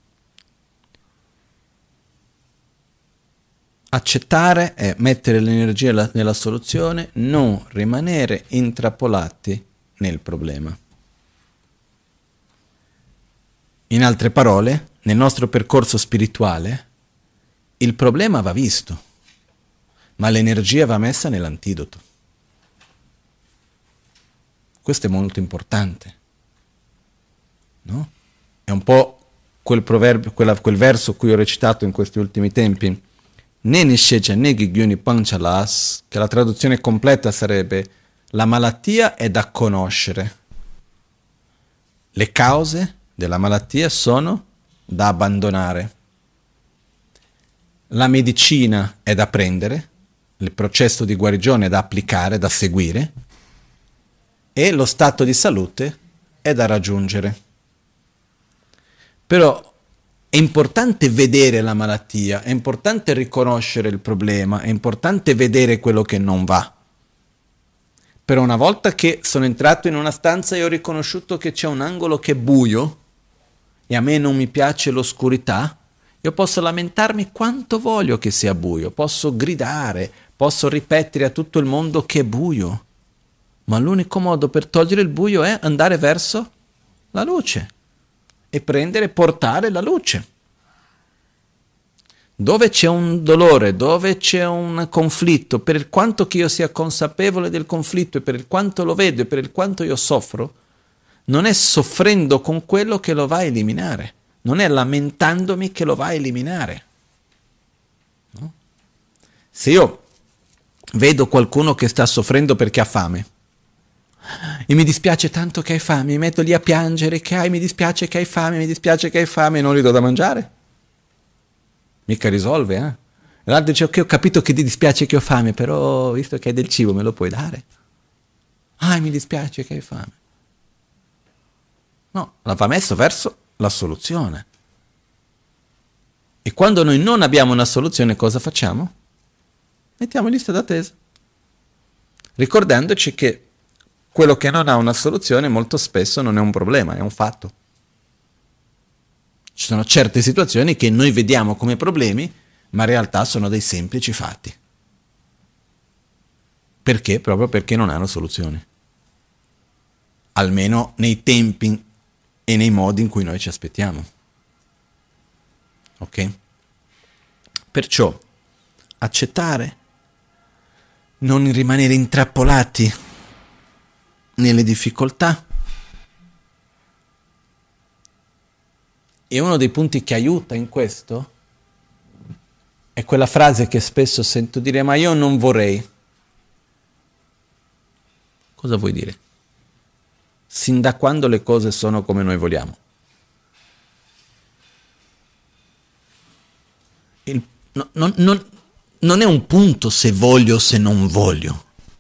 Accettare è mettere l'energia nella soluzione, non rimanere intrappolati nel problema. In altre parole, nel nostro percorso spirituale, il problema va visto, ma l'energia va messa nell'antidoto. Questo è molto importante, no? È un po' quel proverbio, quel verso cui ho recitato in questi ultimi tempi, Neni Shecha Negi Gyuni Panchalas, che la traduzione completa sarebbe la malattia è da conoscere. Le cause della malattia sono da abbandonare. La medicina è da prendere, il processo di guarigione è da applicare, da seguire, e lo stato di salute è da raggiungere. Però è importante vedere la malattia, è importante riconoscere il problema, è importante vedere quello che non va. Però una volta che sono entrato in una stanza e ho riconosciuto che c'è un angolo che è buio e a me non mi piace l'oscurità, io posso lamentarmi quanto voglio che sia buio, posso gridare, posso ripetere a tutto il mondo che è buio, ma l'unico modo per togliere il buio è andare verso la luce e prendere e portare la luce. Dove c'è un dolore, dove c'è un conflitto, per quanto che io sia consapevole del conflitto e per quanto lo vedo e per quanto io soffro, non è soffrendo con quello che lo va a eliminare, non è lamentandomi che lo va a eliminare. Se io vedo qualcuno che sta soffrendo perché ha fame, e mi dispiace tanto che hai fame, mi metto lì a piangere mi dispiace che hai fame, mi dispiace che hai fame, e non gli do da mangiare, mica risolve, eh? L'altro dice, ok, ho capito che ti dispiace che ho fame, però visto che hai del cibo me lo puoi dare? Mi dispiace che hai fame. No, va messo verso la soluzione. E quando noi non abbiamo una soluzione, cosa facciamo? Mettiamo in lista d'attesa, ricordandoci che quello che non ha una soluzione molto spesso non è un problema, è un fatto. Ci sono certe situazioni che noi vediamo come problemi, ma in realtà sono dei semplici fatti. Perché? Proprio perché non hanno soluzioni. Almeno nei tempi e nei modi in cui noi ci aspettiamo. Ok? Perciò accettare, non rimanere intrappolati nelle difficoltà. E uno dei punti che aiuta in questo è quella frase che spesso sento dire, ma io non vorrei. Cosa vuoi dire? Sin da quando le cose sono come noi vogliamo. Non è un punto se voglio o se non voglio.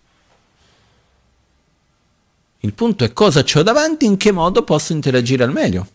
Il punto è cosa c'ho davanti, in che modo posso interagire al meglio.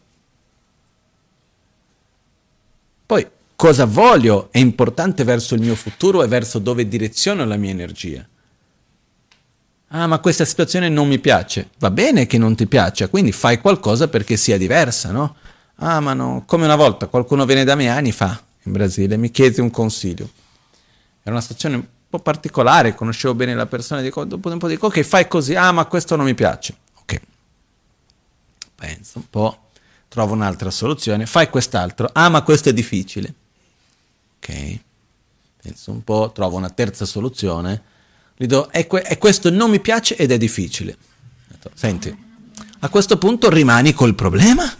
Poi, cosa voglio è importante verso il mio futuro e verso dove direziono la mia energia. Ma questa situazione non mi piace. Va bene che non ti piaccia, quindi fai qualcosa perché sia diversa, no? Ma no, come una volta qualcuno viene da me anni fa, in Brasile, mi chiese un consiglio. Era una situazione un po' particolare, conoscevo bene la persona, dopo un po' dico, ok, fai così, ma questo non mi piace. Ok, penso un po', trovo un'altra soluzione, fai quest'altro, ma questo è difficile. Ok, penso un po', trovo una terza soluzione, gli do, e questo non mi piace ed è difficile. Senti, a questo punto rimani col problema?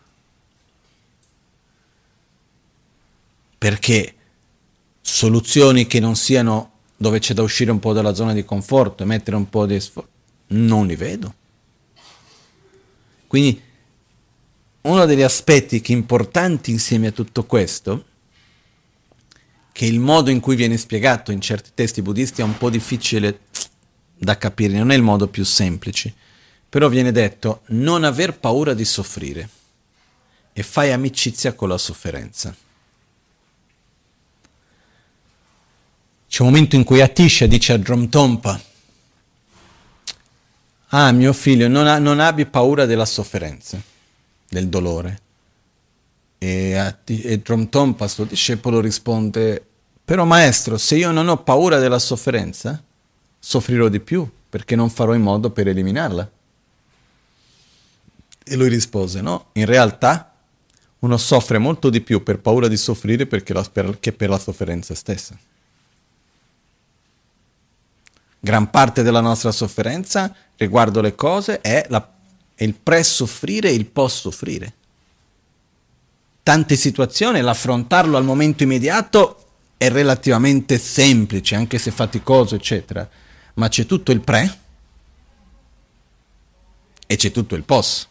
Perché soluzioni che non siano dove c'è da uscire un po' dalla zona di conforto e mettere un po' di sforzo, non li vedo. Quindi uno degli aspetti che importanti insieme a tutto questo, che il modo in cui viene spiegato in certi testi buddisti è un po' difficile da capire, non è il modo più semplice, però viene detto non aver paura di soffrire e fai amicizia con la sofferenza. C'è un momento in cui Atisha dice a Dromtonpa, mio figlio, non abbi paura della sofferenza, del dolore. E Dromtonpa, suo discepolo, risponde, però maestro, se io non ho paura della sofferenza, soffrirò di più, perché non farò in modo per eliminarla. E lui rispose, no, in realtà uno soffre molto di più per paura di soffrire che per la sofferenza stessa. Gran parte della nostra sofferenza riguardo le cose è il pre-soffrire e il post-soffrire. Tante situazioni, l'affrontarlo al momento immediato è relativamente semplice, anche se faticoso, eccetera. Ma c'è tutto il pre e c'è tutto il post.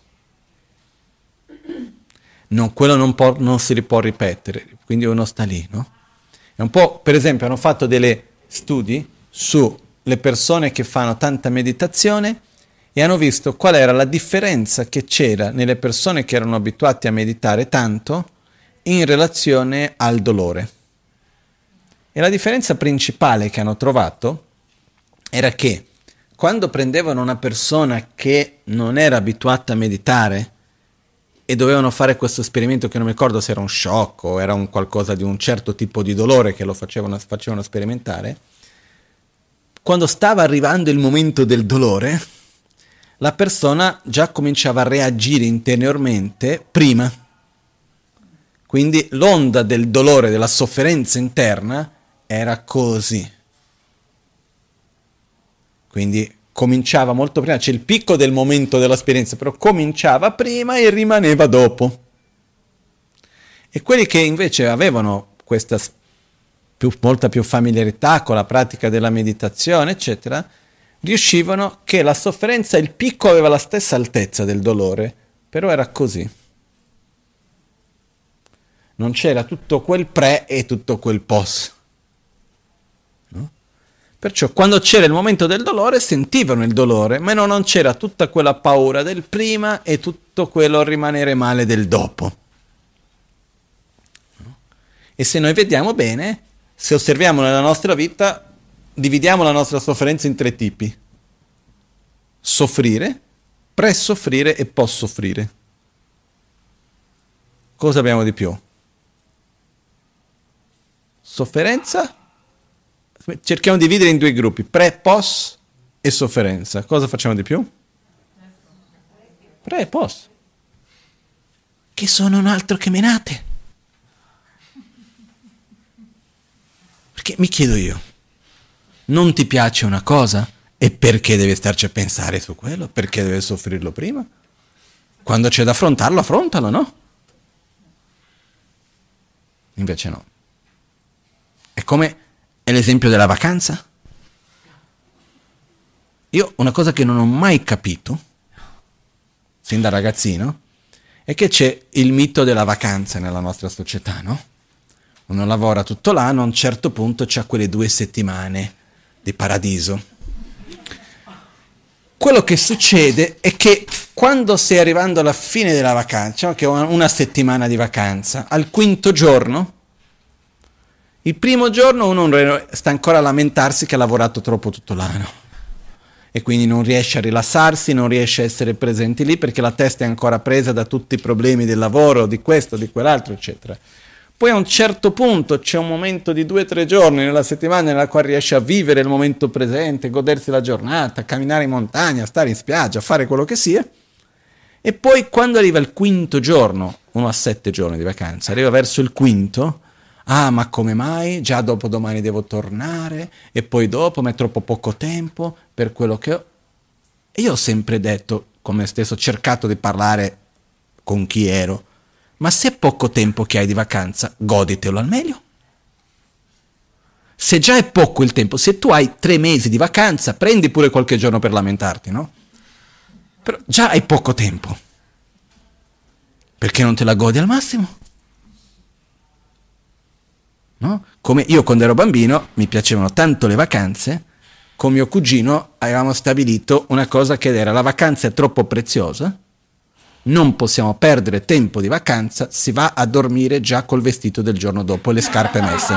Quello non si può ripetere, quindi uno sta lì, no? È un po', per esempio, hanno fatto degli studi su le persone che fanno tanta meditazione e hanno visto qual era la differenza che c'era nelle persone che erano abituate a meditare tanto in relazione al dolore. E la differenza principale che hanno trovato era che quando prendevano una persona che non era abituata a meditare e dovevano fare questo esperimento, che non mi ricordo se era un shock o era un qualcosa di un certo tipo di dolore che lo facevano sperimentare, quando stava arrivando il momento del dolore, la persona già cominciava a reagire interiormente prima. Quindi l'onda del dolore, della sofferenza interna, era così. Quindi cominciava molto prima, c'è il picco del momento dell'esperienza, però cominciava prima e rimaneva dopo. E quelli che invece avevano questa molta più familiarità con la pratica della meditazione, eccetera, riuscivano che la sofferenza, il picco aveva la stessa altezza del dolore, però era così. Non c'era tutto quel pre e tutto quel post. No? Perciò quando c'era il momento del dolore sentivano il dolore, ma non c'era tutta quella paura del prima e tutto quello rimanere male del dopo. No? E se noi vediamo bene, se osserviamo nella nostra vita, dividiamo la nostra sofferenza in 3 tipi. Soffrire, pre-soffrire e post-soffrire. Cosa abbiamo di più? Sofferenza? Cerchiamo di dividere in 2 gruppi, pre, post e sofferenza. Cosa facciamo di più? Pre e post. Che sono un altro che menate. Perché mi chiedo io, non ti piace una cosa? E perché devi starci a pensare su quello? Perché devi soffrirlo prima? Quando c'è da affrontarlo, affrontalo, no? Invece no. È come è l'esempio della vacanza. Io una cosa che non ho mai capito, sin da ragazzino, è che c'è il mito della vacanza nella nostra società, no? Uno lavora tutto l'anno, a un certo punto c'ha quelle 2 settimane di paradiso. Quello che succede è che quando stai arrivando alla fine della vacanza, che è una settimana di vacanza, al 5° giorno, il primo giorno uno sta ancora a lamentarsi che ha lavorato troppo tutto l'anno e quindi non riesce a rilassarsi, non riesce a essere presente lì perché la testa è ancora presa da tutti i problemi del lavoro, di questo, di quell'altro, eccetera. Poi a un certo punto c'è un momento di 2-3 giorni nella settimana nella quale riesce a vivere il momento presente, godersi la giornata, camminare in montagna, stare in spiaggia, fare quello che sia. E poi quando arriva il 5° giorno, uno ha 7 giorni di vacanza, arriva verso il 5°, ma come mai? Già dopo domani devo tornare e poi dopo, ma è troppo poco tempo per quello che ho. E io ho sempre detto, con me stesso, ho cercato di parlare con chi ero, ma se è poco tempo che hai di vacanza, goditelo al meglio. Se già è poco il tempo, se tu hai 3 mesi di vacanza, prendi pure qualche giorno per lamentarti, no? Però già hai poco tempo. Perché non te la godi al massimo? No? Come io quando ero bambino mi piacevano tanto le vacanze, con mio cugino avevamo stabilito una cosa che era: la vacanza è troppo preziosa, non possiamo perdere tempo di vacanza, si va a dormire già col vestito del giorno dopo, le scarpe messe.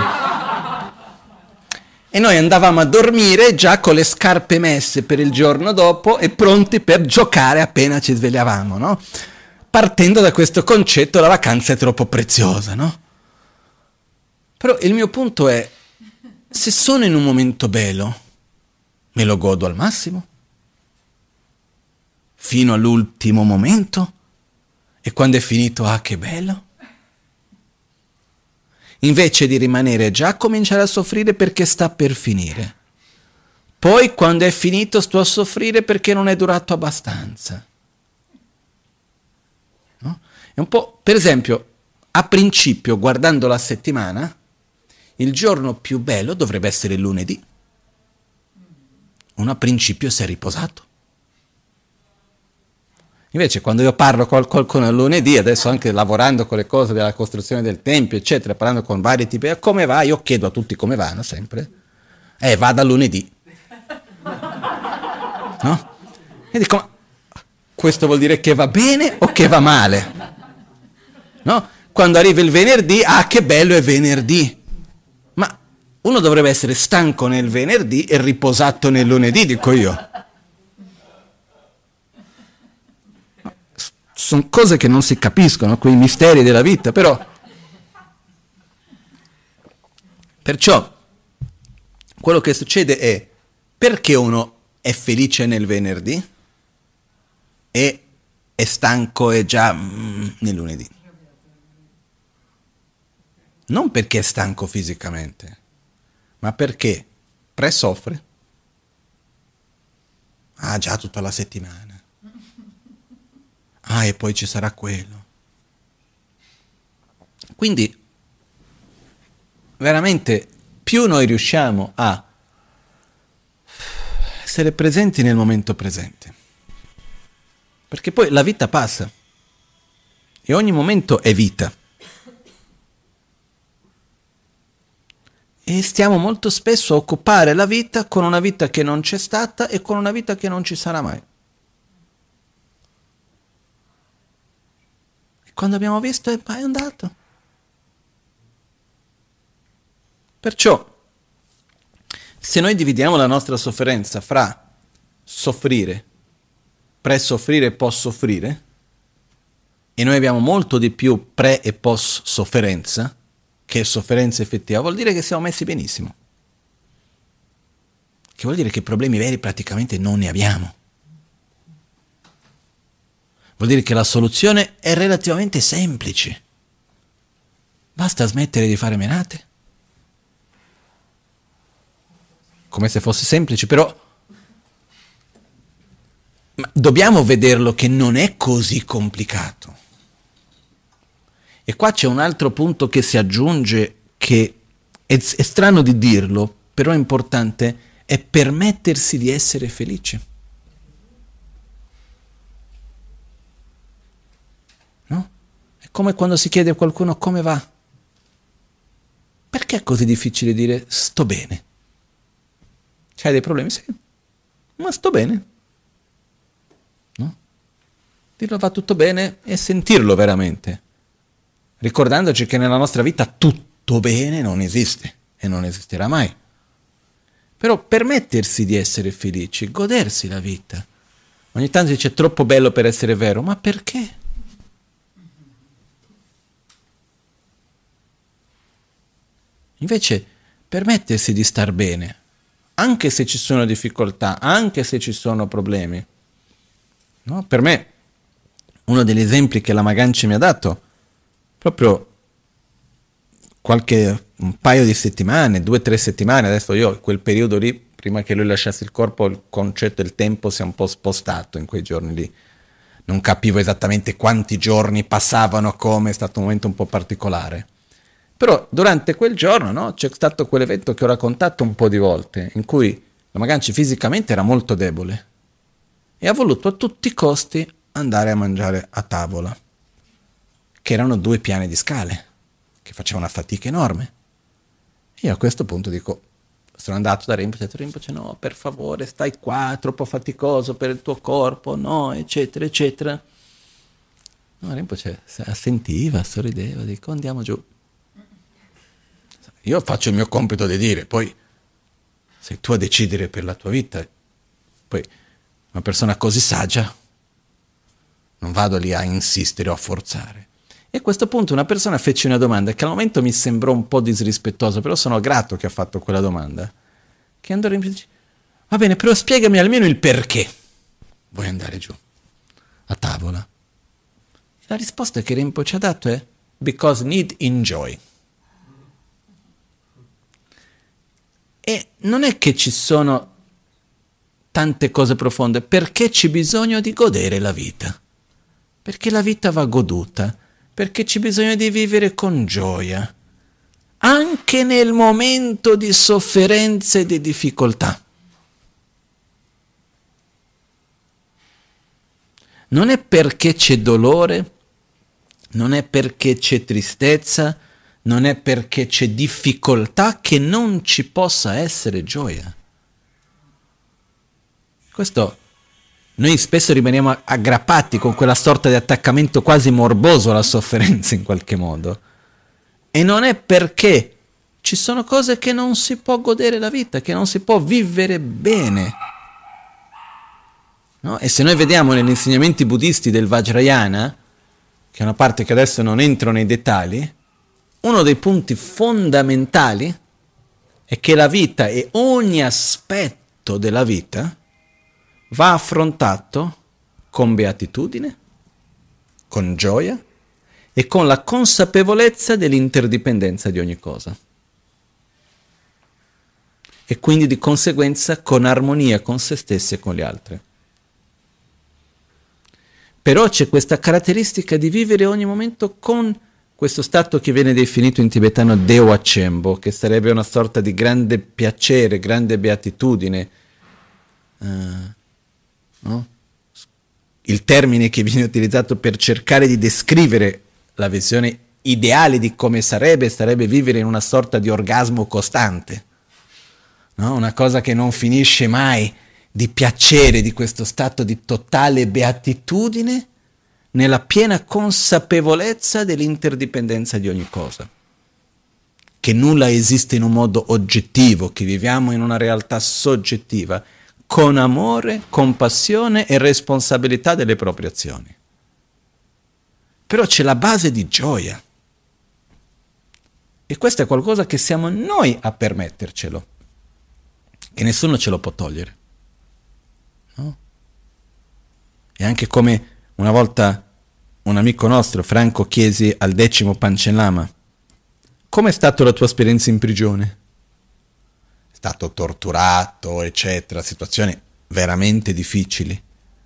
E noi andavamo a dormire già con le scarpe messe per il giorno dopo e pronti per giocare appena ci svegliavamo, no? Partendo da questo concetto, la vacanza è troppo preziosa, no? Però il mio punto è, se sono in un momento bello, me lo godo al massimo, fino all'ultimo momento, e quando è finito, che bello. Invece di rimanere già a cominciare a soffrire perché sta per finire. Poi quando è finito sto a soffrire perché non è durato abbastanza. No? È un po', per esempio, a principio, guardando la settimana, il giorno più bello dovrebbe essere il lunedì. Uno a principio si è riposato. Invece quando io parlo con qualcuno il lunedì, adesso anche lavorando con le cose della costruzione del tempio, eccetera, parlando con vari tipi, come va? Io chiedo a tutti come vanno sempre. Va da lunedì. No? E dico, questo vuol dire che va bene o che va male? No? Quando arriva il venerdì, che bello è venerdì. Ma uno dovrebbe essere stanco nel venerdì e riposato nel lunedì, dico io. Sono cose che non si capiscono, quei misteri della vita, però. Perciò, quello che succede è, perché uno è felice nel venerdì e è stanco e già nel lunedì? Non perché è stanco fisicamente, ma perché pre-soffre. Già tutta la settimana. E poi ci sarà quello. Quindi, veramente, più noi riusciamo a essere presenti nel momento presente. Perché poi la vita passa e ogni momento è vita. E stiamo molto spesso a occupare la vita con una vita che non c'è stata e con una vita che non ci sarà mai. E quando abbiamo visto è andato. Perciò, se noi dividiamo la nostra sofferenza fra soffrire, pre-soffrire e post-soffrire, e noi abbiamo molto di più pre- e post-sofferenza, che sofferenza effettiva, vuol dire che siamo messi benissimo. Che vuol dire che problemi veri praticamente non ne abbiamo. Vuol dire che la soluzione è relativamente semplice. Basta smettere di fare menate. Come se fosse semplice, però ma dobbiamo vederlo che non è così complicato. E qua c'è un altro punto che si aggiunge, che è strano di dirlo, però è importante, è permettersi di essere felice. No? È come quando si chiede a qualcuno come va. Perché è così difficile dire sto bene? C'hai dei problemi? Sì, ma sto bene. No? Dirlo va tutto bene e sentirlo veramente. Ricordandoci che nella nostra vita tutto bene non esiste e non esisterà mai. Però permettersi di essere felici, godersi la vita. Ogni tanto si dice troppo bello per essere vero, ma perché? Invece permettersi di star bene, anche se ci sono difficoltà, anche se ci sono problemi. No? Per me, uno degli esempi che la Maganci mi ha dato, proprio un paio di settimane, 2 o 3 settimane, adesso io quel periodo lì, prima che lui lasciasse il corpo, il concetto del tempo si è un po' spostato in quei giorni lì. Non capivo esattamente quanti giorni passavano, come, è stato un momento un po' particolare. Però durante quel giorno, no, c'è stato quell'evento che ho raccontato un po' di volte, in cui la Maganci fisicamente era molto debole e ha voluto a tutti i costi andare a mangiare a tavola, che erano 2 piani di scale, che faceva una fatica enorme. Io a questo punto dico, sono andato da Rinpoche, ho detto Rinpoche no, per favore, stai qua, è troppo faticoso per il tuo corpo, no, eccetera, eccetera. No, Rinpoche assentiva, sorrideva, dico andiamo giù. Io faccio il mio compito di dire, poi sei tu a decidere per la tua vita, poi una persona così saggia, non vado lì a insistere o a forzare. E a questo punto una persona fece una domanda che al momento mi sembrò un po' disrispettosa, però sono grato che ha fatto quella domanda, che andò in dice, va bene, però spiegami almeno il perché vuoi andare giù a tavola. E la risposta che Rinpoche ci ha dato è because need enjoy. E non è che ci sono tante cose profonde, perché c'è bisogno di godere la vita, perché la vita va goduta, perché c'è bisogno di vivere con gioia, anche nel momento di sofferenza e di difficoltà. Non è perché c'è dolore, non è perché c'è tristezza, non è perché c'è difficoltà che non ci possa essere gioia. Questo noi spesso rimaniamo aggrappati con quella sorta di attaccamento quasi morboso alla sofferenza in qualche modo. E non è perché ci sono cose che non si può godere la vita, che non si può vivere bene. No? E se noi vediamo negli insegnamenti buddisti del Vajrayana, che è una parte che adesso non entro nei dettagli, uno dei punti fondamentali è che la vita e ogni aspetto della vita va affrontato con beatitudine, con gioia e con la consapevolezza dell'interdipendenza di ogni cosa. E quindi di conseguenza con armonia con se stessi e con gli altri. Però c'è questa caratteristica di vivere ogni momento con questo stato che viene definito in tibetano Dewa Chenpo, che sarebbe una sorta di grande piacere, grande beatitudine, no? Il termine che viene utilizzato per cercare di descrivere la visione ideale di come sarebbe vivere in una sorta di orgasmo costante, no? Una cosa che non finisce mai, di piacere, di questo stato di totale beatitudine nella piena consapevolezza dell'interdipendenza di ogni cosa, che nulla esiste in un modo oggettivo, che viviamo in una realtà soggettiva, con amore, compassione e responsabilità delle proprie azioni. Però c'è la base di gioia. E questo è qualcosa che siamo noi a permettercelo, che nessuno ce lo può togliere. No? E anche come una volta un amico nostro, Franco, chiese al 10° Panchen Lama: com'è stata la tua esperienza in prigione? È stato torturato, eccetera, situazioni veramente difficili.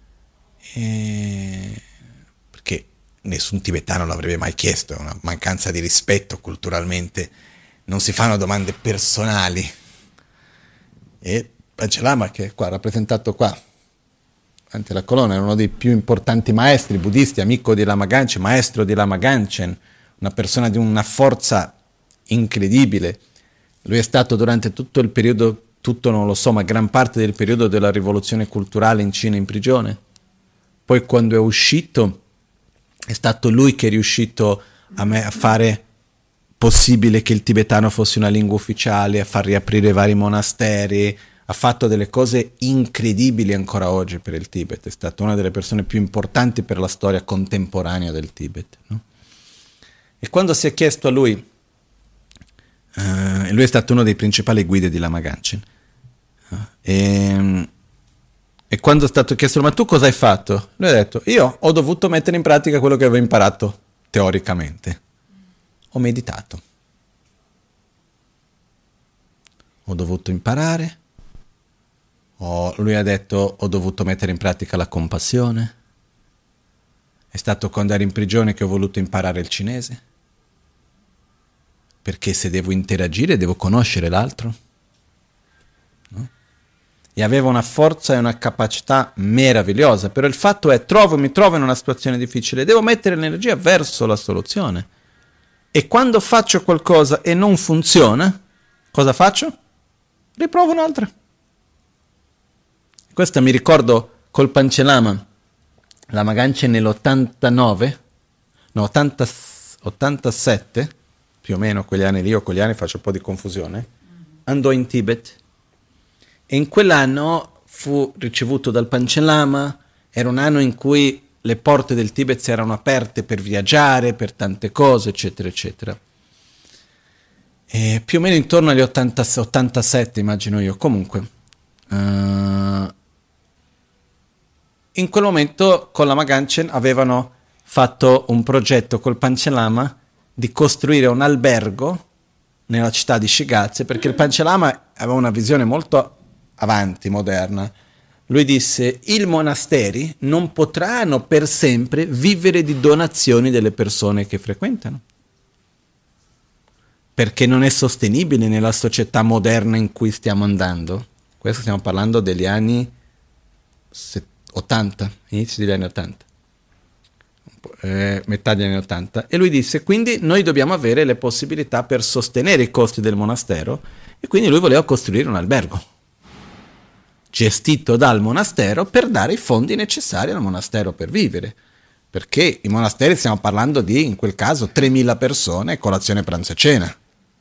Perché nessun tibetano l'avrebbe mai chiesto, è una mancanza di rispetto culturalmente, non si fanno domande personali. E Panchen Lama, che è qua rappresentato qua davanti alla colonna, è uno dei più importanti maestri buddisti, amico di Lama Ganchen, maestro di Lama Ganchen, una persona di una forza incredibile. Lui è stato durante tutto il periodo, tutto non lo so, ma gran parte del periodo della rivoluzione culturale in Cina in prigione. Poi quando è uscito, è stato lui che è riuscito a fare possibile che il tibetano fosse una lingua ufficiale, a far riaprire vari monasteri, ha fatto delle cose incredibili ancora oggi per il Tibet, è stata una delle persone più importanti per la storia contemporanea del Tibet, no? E quando si è chiesto a lui, lui è stato uno dei principali guide di Lama Ganchen, e quando è stato chiesto: ma tu cosa hai fatto? Lui ha detto: io ho dovuto mettere in pratica quello che avevo imparato teoricamente, ho meditato, ho dovuto imparare. Lui ha detto: ho dovuto mettere in pratica la compassione. È stato quando ero in prigione che ho voluto imparare il cinese, perché se devo interagire devo conoscere l'altro, no? E aveva una forza e una capacità meravigliosa, però il fatto è: mi trovo in una situazione difficile, devo mettere l'energia verso la soluzione, e quando faccio qualcosa e non funziona, cosa faccio? Riprovo un'altra. Questa mi ricordo col Panchen Lama, Lama Ganchen nell'89, no, 87, più o meno quegli anni lì, o quegli anni faccio un po' di confusione, andò in Tibet, e in quell'anno fu ricevuto dal Panchen Lama. Era un anno in cui le porte del Tibet si erano aperte per viaggiare, per tante cose, eccetera, eccetera. E più o meno intorno agli 87, immagino io, comunque. In quel momento con Lama Ganchen avevano fatto un progetto col Panchen Lama di costruire un albergo nella città di Shigatse, perché il Panchen Lama aveva una visione molto avanti, moderna. Lui disse: i monasteri non potranno per sempre vivere di donazioni delle persone che frequentano, perché non è sostenibile nella società moderna in cui stiamo andando. Questo stiamo parlando degli anni 80, inizi degli anni 80, metà degli anni 80, e lui disse: quindi noi dobbiamo avere le possibilità per sostenere i costi del monastero, e quindi lui voleva costruire un albergo gestito dal monastero per dare i fondi necessari al monastero per vivere, perché i monasteri, stiamo parlando di, in quel caso, 3.000 persone, colazione, pranzo e cena,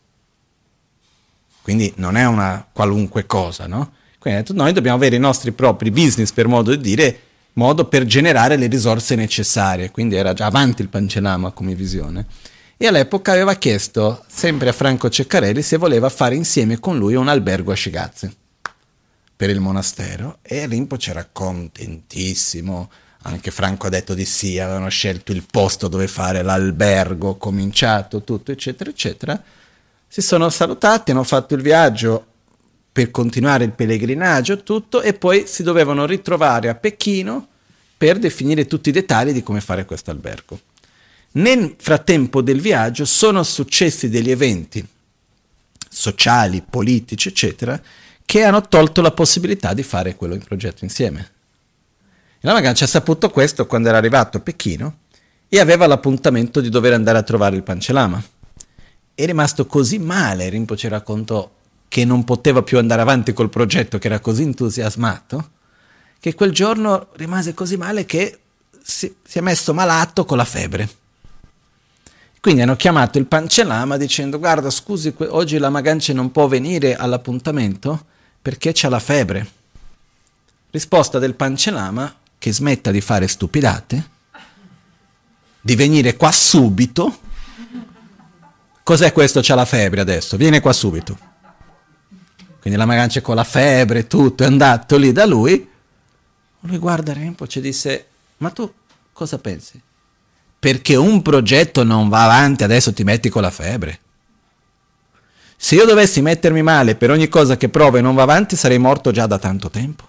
quindi non è una qualunque cosa, no? Quindi ha detto: noi dobbiamo avere i nostri propri business, per modo di dire, modo per generare le risorse necessarie. Quindi era già avanti il Panchen Lama come visione, e all'epoca aveva chiesto sempre a Franco Ceccarelli se voleva fare insieme con lui un albergo a Shigatse per il monastero, e Rinpoche era contentissimo. Anche Franco ha detto di sì, avevano scelto il posto dove fare l'albergo, cominciato tutto, eccetera, eccetera. Si sono salutati, hanno fatto il viaggio per continuare il pellegrinaggio, tutto, e poi si dovevano ritrovare a Pechino per definire tutti i dettagli di come fare questo albergo. Nel frattempo del viaggio sono successi degli eventi sociali, politici, eccetera, che hanno tolto la possibilità di fare quello in progetto insieme. Il Lama Ganchen ha saputo questo quando era arrivato a Pechino e aveva l'appuntamento di dover andare a trovare il Panche Lama. È rimasto così male, Rinpoche raccontò, che non poteva più andare avanti col progetto, che era così entusiasmato, che quel giorno rimase così male che si è messo malato con la febbre. Quindi hanno chiamato il Panche Lama dicendo: guarda, scusi, oggi Lama Ganchen non può venire all'appuntamento perché c'ha la febbre. Risposta del Panche Lama: che smetta di fare stupidate, di venire qua subito. Cos'è questo? C'ha la febbre adesso, viene qua subito. Quindi Lama Ganchen con la febbre, tutto, è andato lì da lui. Lui guarda Rinpoche e disse: ma tu cosa pensi? Perché un progetto non va avanti, adesso ti metti con la febbre? Se io dovessi mettermi male per ogni cosa che provo e non va avanti, sarei morto già da tanto tempo.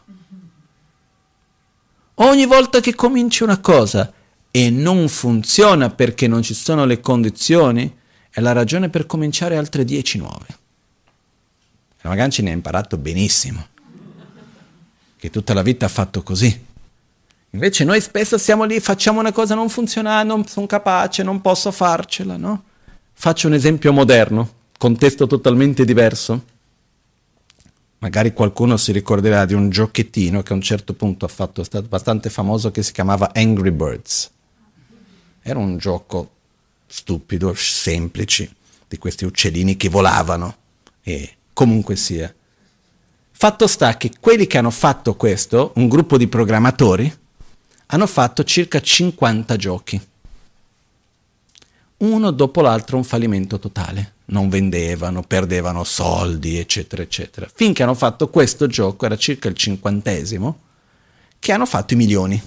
Ogni volta che cominci una cosa e non funziona perché non ci sono le condizioni, è la ragione per cominciare altre 10 nuove. Lama Ganchen ne ha imparato benissimo, che tutta la vita ha fatto così. Invece noi spesso siamo lì, facciamo una cosa, non funziona, non sono capace, non posso farcela, no? Faccio un esempio moderno, contesto totalmente diverso. Magari qualcuno si ricorderà di un giochettino che a un certo punto è stato abbastante famoso, che si chiamava Angry Birds. Era un gioco stupido, semplice, di questi uccellini che volavano, e comunque sia. Fatto sta che quelli che hanno fatto questo, un gruppo di programmatori, hanno fatto circa 50 giochi. Uno dopo l'altro un fallimento totale. Non vendevano, perdevano soldi, eccetera, eccetera. Finché hanno fatto questo gioco, era circa il 50°, che hanno fatto i milioni.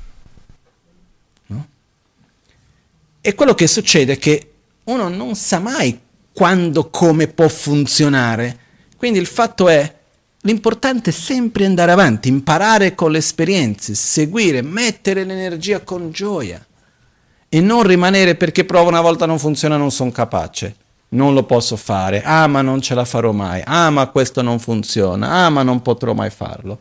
No? E quello che succede è che uno non sa mai quando, come può funzionare. Quindi il fatto è, l'importante è sempre andare avanti, imparare con le esperienze, seguire, mettere l'energia con gioia e non rimanere perché provo una volta non funziona, non sono capace, non lo posso fare, ma non ce la farò mai, ma questo non funziona, ma non potrò mai farlo.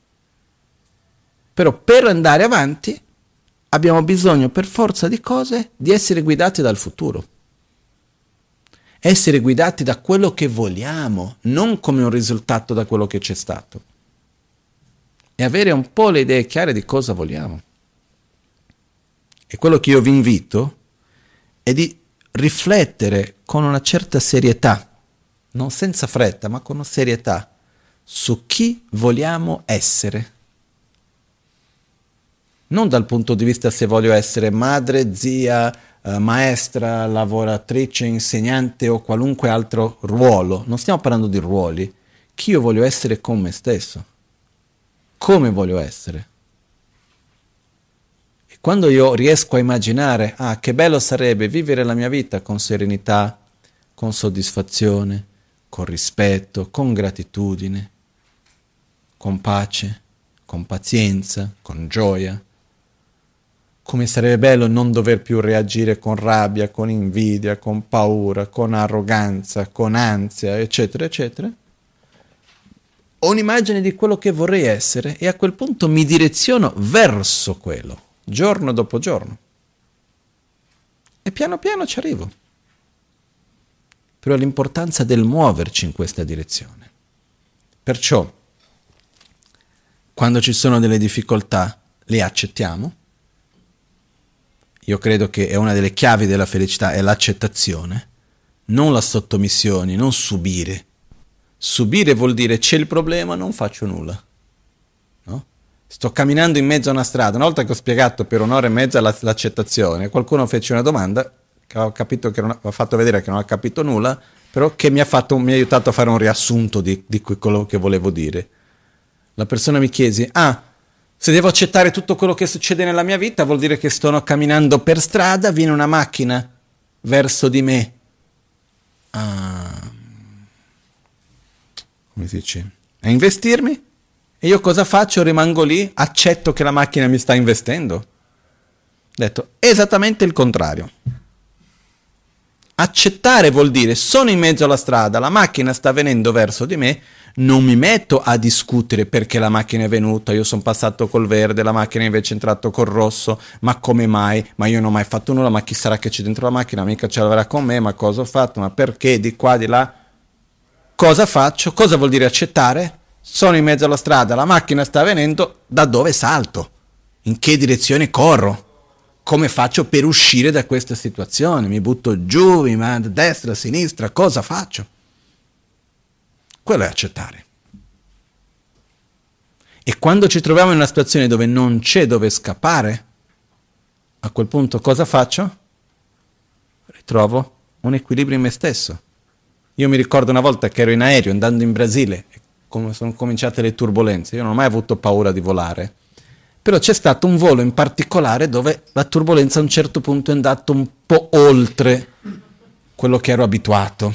Però per andare avanti abbiamo bisogno per forza di cose di essere guidati dal futuro. Essere guidati da quello che vogliamo, non come un risultato da quello che c'è stato. E avere un po' le idee chiare di cosa vogliamo. E quello che io vi invito è di riflettere con una certa serietà, non senza fretta, ma con serietà, su chi vogliamo essere. Non dal punto di vista se voglio essere madre, zia, maestra, lavoratrice, insegnante o qualunque altro ruolo. Non stiamo parlando di ruoli. Chi io voglio essere con me stesso. Come voglio essere. E quando io riesco a immaginare, che bello sarebbe vivere la mia vita con serenità, con soddisfazione, con rispetto, con gratitudine, con pace, con pazienza, con gioia. Come sarebbe bello non dover più reagire con rabbia, con invidia, con paura, con arroganza, con ansia, eccetera, eccetera. Ho un'immagine di quello che vorrei essere e a quel punto mi direziono verso quello, giorno dopo giorno. E piano piano ci arrivo. Però l'importanza del muoverci in questa direzione. Perciò, quando ci sono delle difficoltà, le accettiamo. Io credo che è una delle chiavi della felicità, è l'accettazione, non la sottomissione, non subire. Subire vuol dire c'è il problema, non faccio nulla. No? Sto camminando in mezzo a una strada, una volta che ho spiegato per 1 ora e mezza l'accettazione, qualcuno fece una domanda, che ho capito che non ha fatto vedere che non ha capito nulla, però che mi ha aiutato a fare un riassunto di quello che volevo dire. La persona mi chiese, se devo accettare tutto quello che succede nella mia vita, vuol dire che sto camminando per strada, viene una macchina verso di me. Come si dice? A investirmi? E io cosa faccio? Rimango lì, accetto che la macchina mi sta investendo. detto esattamente il contrario. Accettare vuol dire sono in mezzo alla strada, la macchina sta venendo verso di me, non mi metto a discutere perché la macchina è venuta, io sono passato col verde, la macchina invece è entrato col rosso, ma come mai? Ma io non ho mai fatto nulla, ma chi sarà che c'è dentro la macchina? Mica ce l'avrà con me, ma cosa ho fatto? Ma perché? Di qua, di là? Cosa faccio? Cosa vuol dire accettare? Sono in mezzo alla strada, la macchina sta venendo, da dove salto? In che direzione corro? Come faccio per uscire da questa situazione? Mi butto giù, mi mando a destra, a sinistra, cosa faccio? Quello è accettare. E quando ci troviamo in una situazione dove non c'è dove scappare, a quel punto cosa faccio? Ritrovo un equilibrio in me stesso. Io mi ricordo una volta che ero in aereo andando in Brasile, come sono cominciate le turbolenze, io non ho mai avuto paura di volare, però c'è stato un volo in particolare dove la turbolenza a un certo punto è andata un po' oltre quello che ero abituato.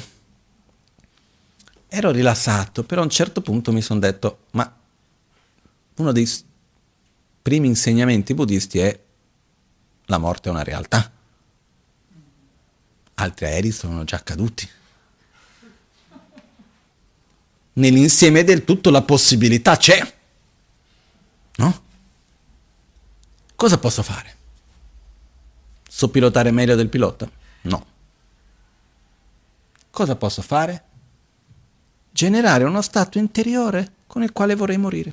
Ero rilassato, però a un certo punto mi sono detto, ma uno dei primi insegnamenti buddisti è la morte è una realtà. Altri aerei sono già caduti. Nell'insieme del tutto la possibilità c'è, no? Cosa posso fare? So pilotare meglio del pilota? No. Cosa posso fare? Generare uno stato interiore con il quale vorrei morire.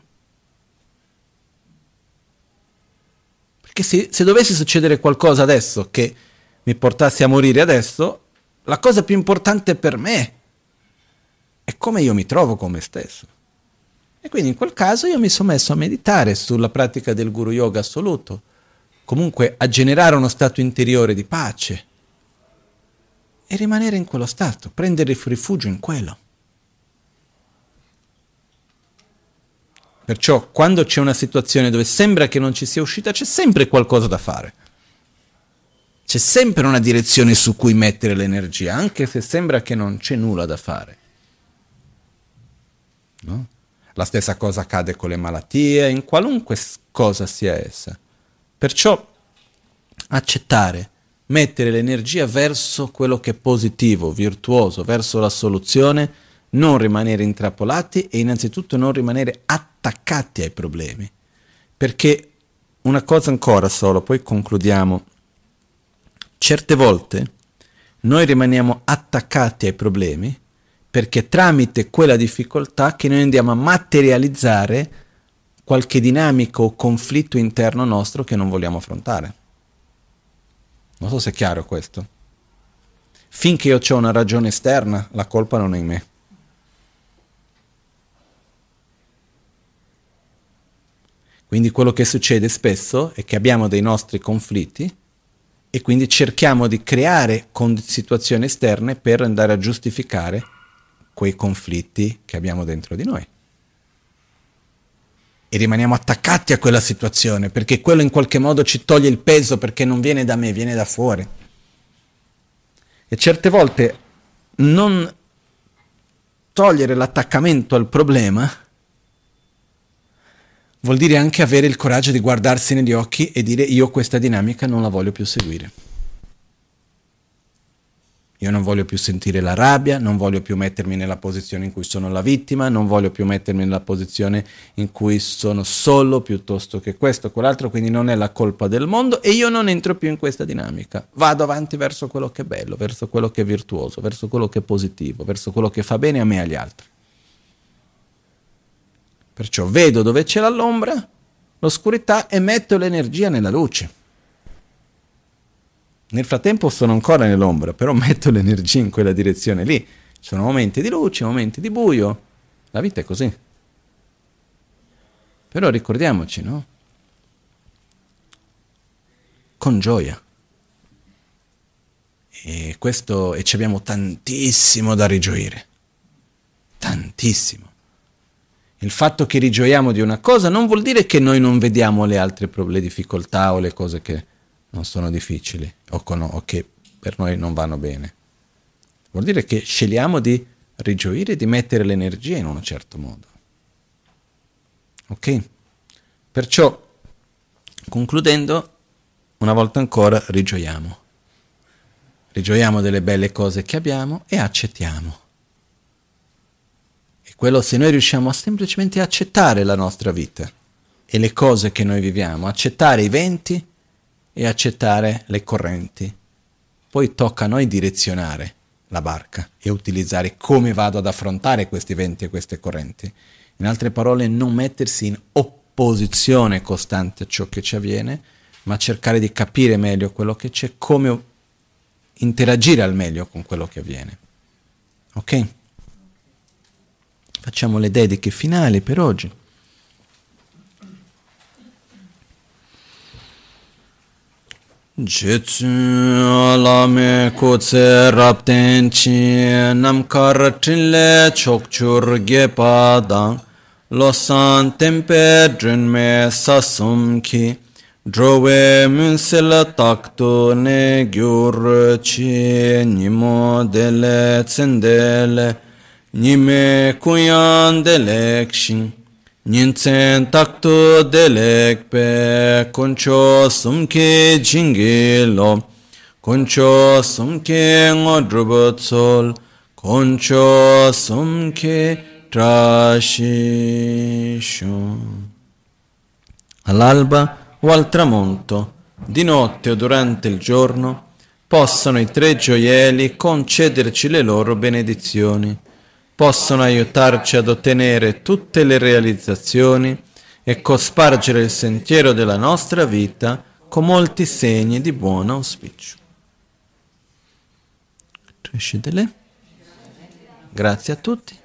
Perché se dovesse succedere qualcosa adesso che mi portasse a morire adesso, la cosa più importante per me è come io mi trovo con me stesso. E quindi in quel caso io mi sono messo a meditare sulla pratica del Guru Yoga assoluto, comunque a generare uno stato interiore di pace e rimanere in quello stato, prendere rifugio in quello. Perciò quando c'è una situazione dove sembra che non ci sia uscita, c'è sempre qualcosa da fare. C'è sempre una direzione su cui mettere l'energia, anche se sembra che non c'è nulla da fare. No? La stessa cosa accade con le malattie, in qualunque cosa sia essa. Perciò accettare, mettere l'energia verso quello che è positivo, virtuoso, verso la soluzione, non rimanere intrappolati e innanzitutto non rimanere attaccati ai problemi. Perché una cosa ancora solo, poi concludiamo. Certe volte noi rimaniamo attaccati ai problemi perché tramite quella difficoltà che noi andiamo a materializzare qualche dinamica o conflitto interno nostro che non vogliamo affrontare. Non so se è chiaro questo. Finché io ho una ragione esterna, la colpa non è in me. Quindi quello che succede spesso è che abbiamo dei nostri conflitti e quindi cerchiamo di creare situazioni esterne per andare a giustificare quei conflitti che abbiamo dentro di noi. E rimaniamo attaccati a quella situazione, perché quello in qualche modo ci toglie il peso, perché non viene da me, viene da fuori. E certe volte non togliere l'attaccamento al problema vuol dire anche avere il coraggio di guardarsi negli occhi e dire io questa dinamica non la voglio più seguire. Io non voglio più sentire la rabbia, non voglio più mettermi nella posizione in cui sono la vittima, non voglio più mettermi nella posizione in cui sono solo piuttosto che questo o quell'altro, quindi non è la colpa del mondo e io non entro più in questa dinamica. Vado avanti verso quello che è bello, verso quello che è virtuoso, verso quello che è positivo, verso quello che fa bene a me e agli altri. Perciò vedo dove c'è l'ombra, l'oscurità e metto l'energia nella luce. Nel frattempo sono ancora nell'ombra, però metto l'energia in quella direzione lì. Ci sono momenti di luce, momenti di buio. La vita è così. Però ricordiamoci, no? Con gioia. E ci abbiamo tantissimo da rigioire. Tantissimo. Il fatto che rigioiamo di una cosa non vuol dire che noi non vediamo le altre le difficoltà o le cose che non sono difficili o che per noi non vanno bene. Vuol dire che scegliamo di rigioire e di mettere l'energia in un certo modo. Ok? Perciò, concludendo, una volta ancora rigioiamo. Rigioiamo delle belle cose che abbiamo e accettiamo. E quello, se noi riusciamo a semplicemente accettare la nostra vita e le cose che noi viviamo, accettare i venti e accettare le correnti, poi tocca a noi direzionare la barca e utilizzare come vado ad affrontare questi venti e queste correnti. In altre parole, non mettersi in opposizione costante a ciò che ci avviene, ma cercare di capire meglio quello che c'è, come interagire al meglio con quello che avviene. Ok? Facciamo le dediche finali per oggi. Jetsu alame kutse rapten chi namkar trinle chokchur gepadang losan tempe drenme sasum ki drove munsel takto ne gyur chi nimo dele tsendele nime kuyan delekshin Nyinsen takto delekpe koncho sumke jingilo koncho sumke ngodrubotsol koncho sumke trashisho. All'alba o al tramonto, di notte o durante il giorno, possano i tre gioielli concederci le loro benedizioni, possono aiutarci ad ottenere tutte le realizzazioni e cospargere il sentiero della nostra vita con molti segni di buon auspicio. Grazie a tutti.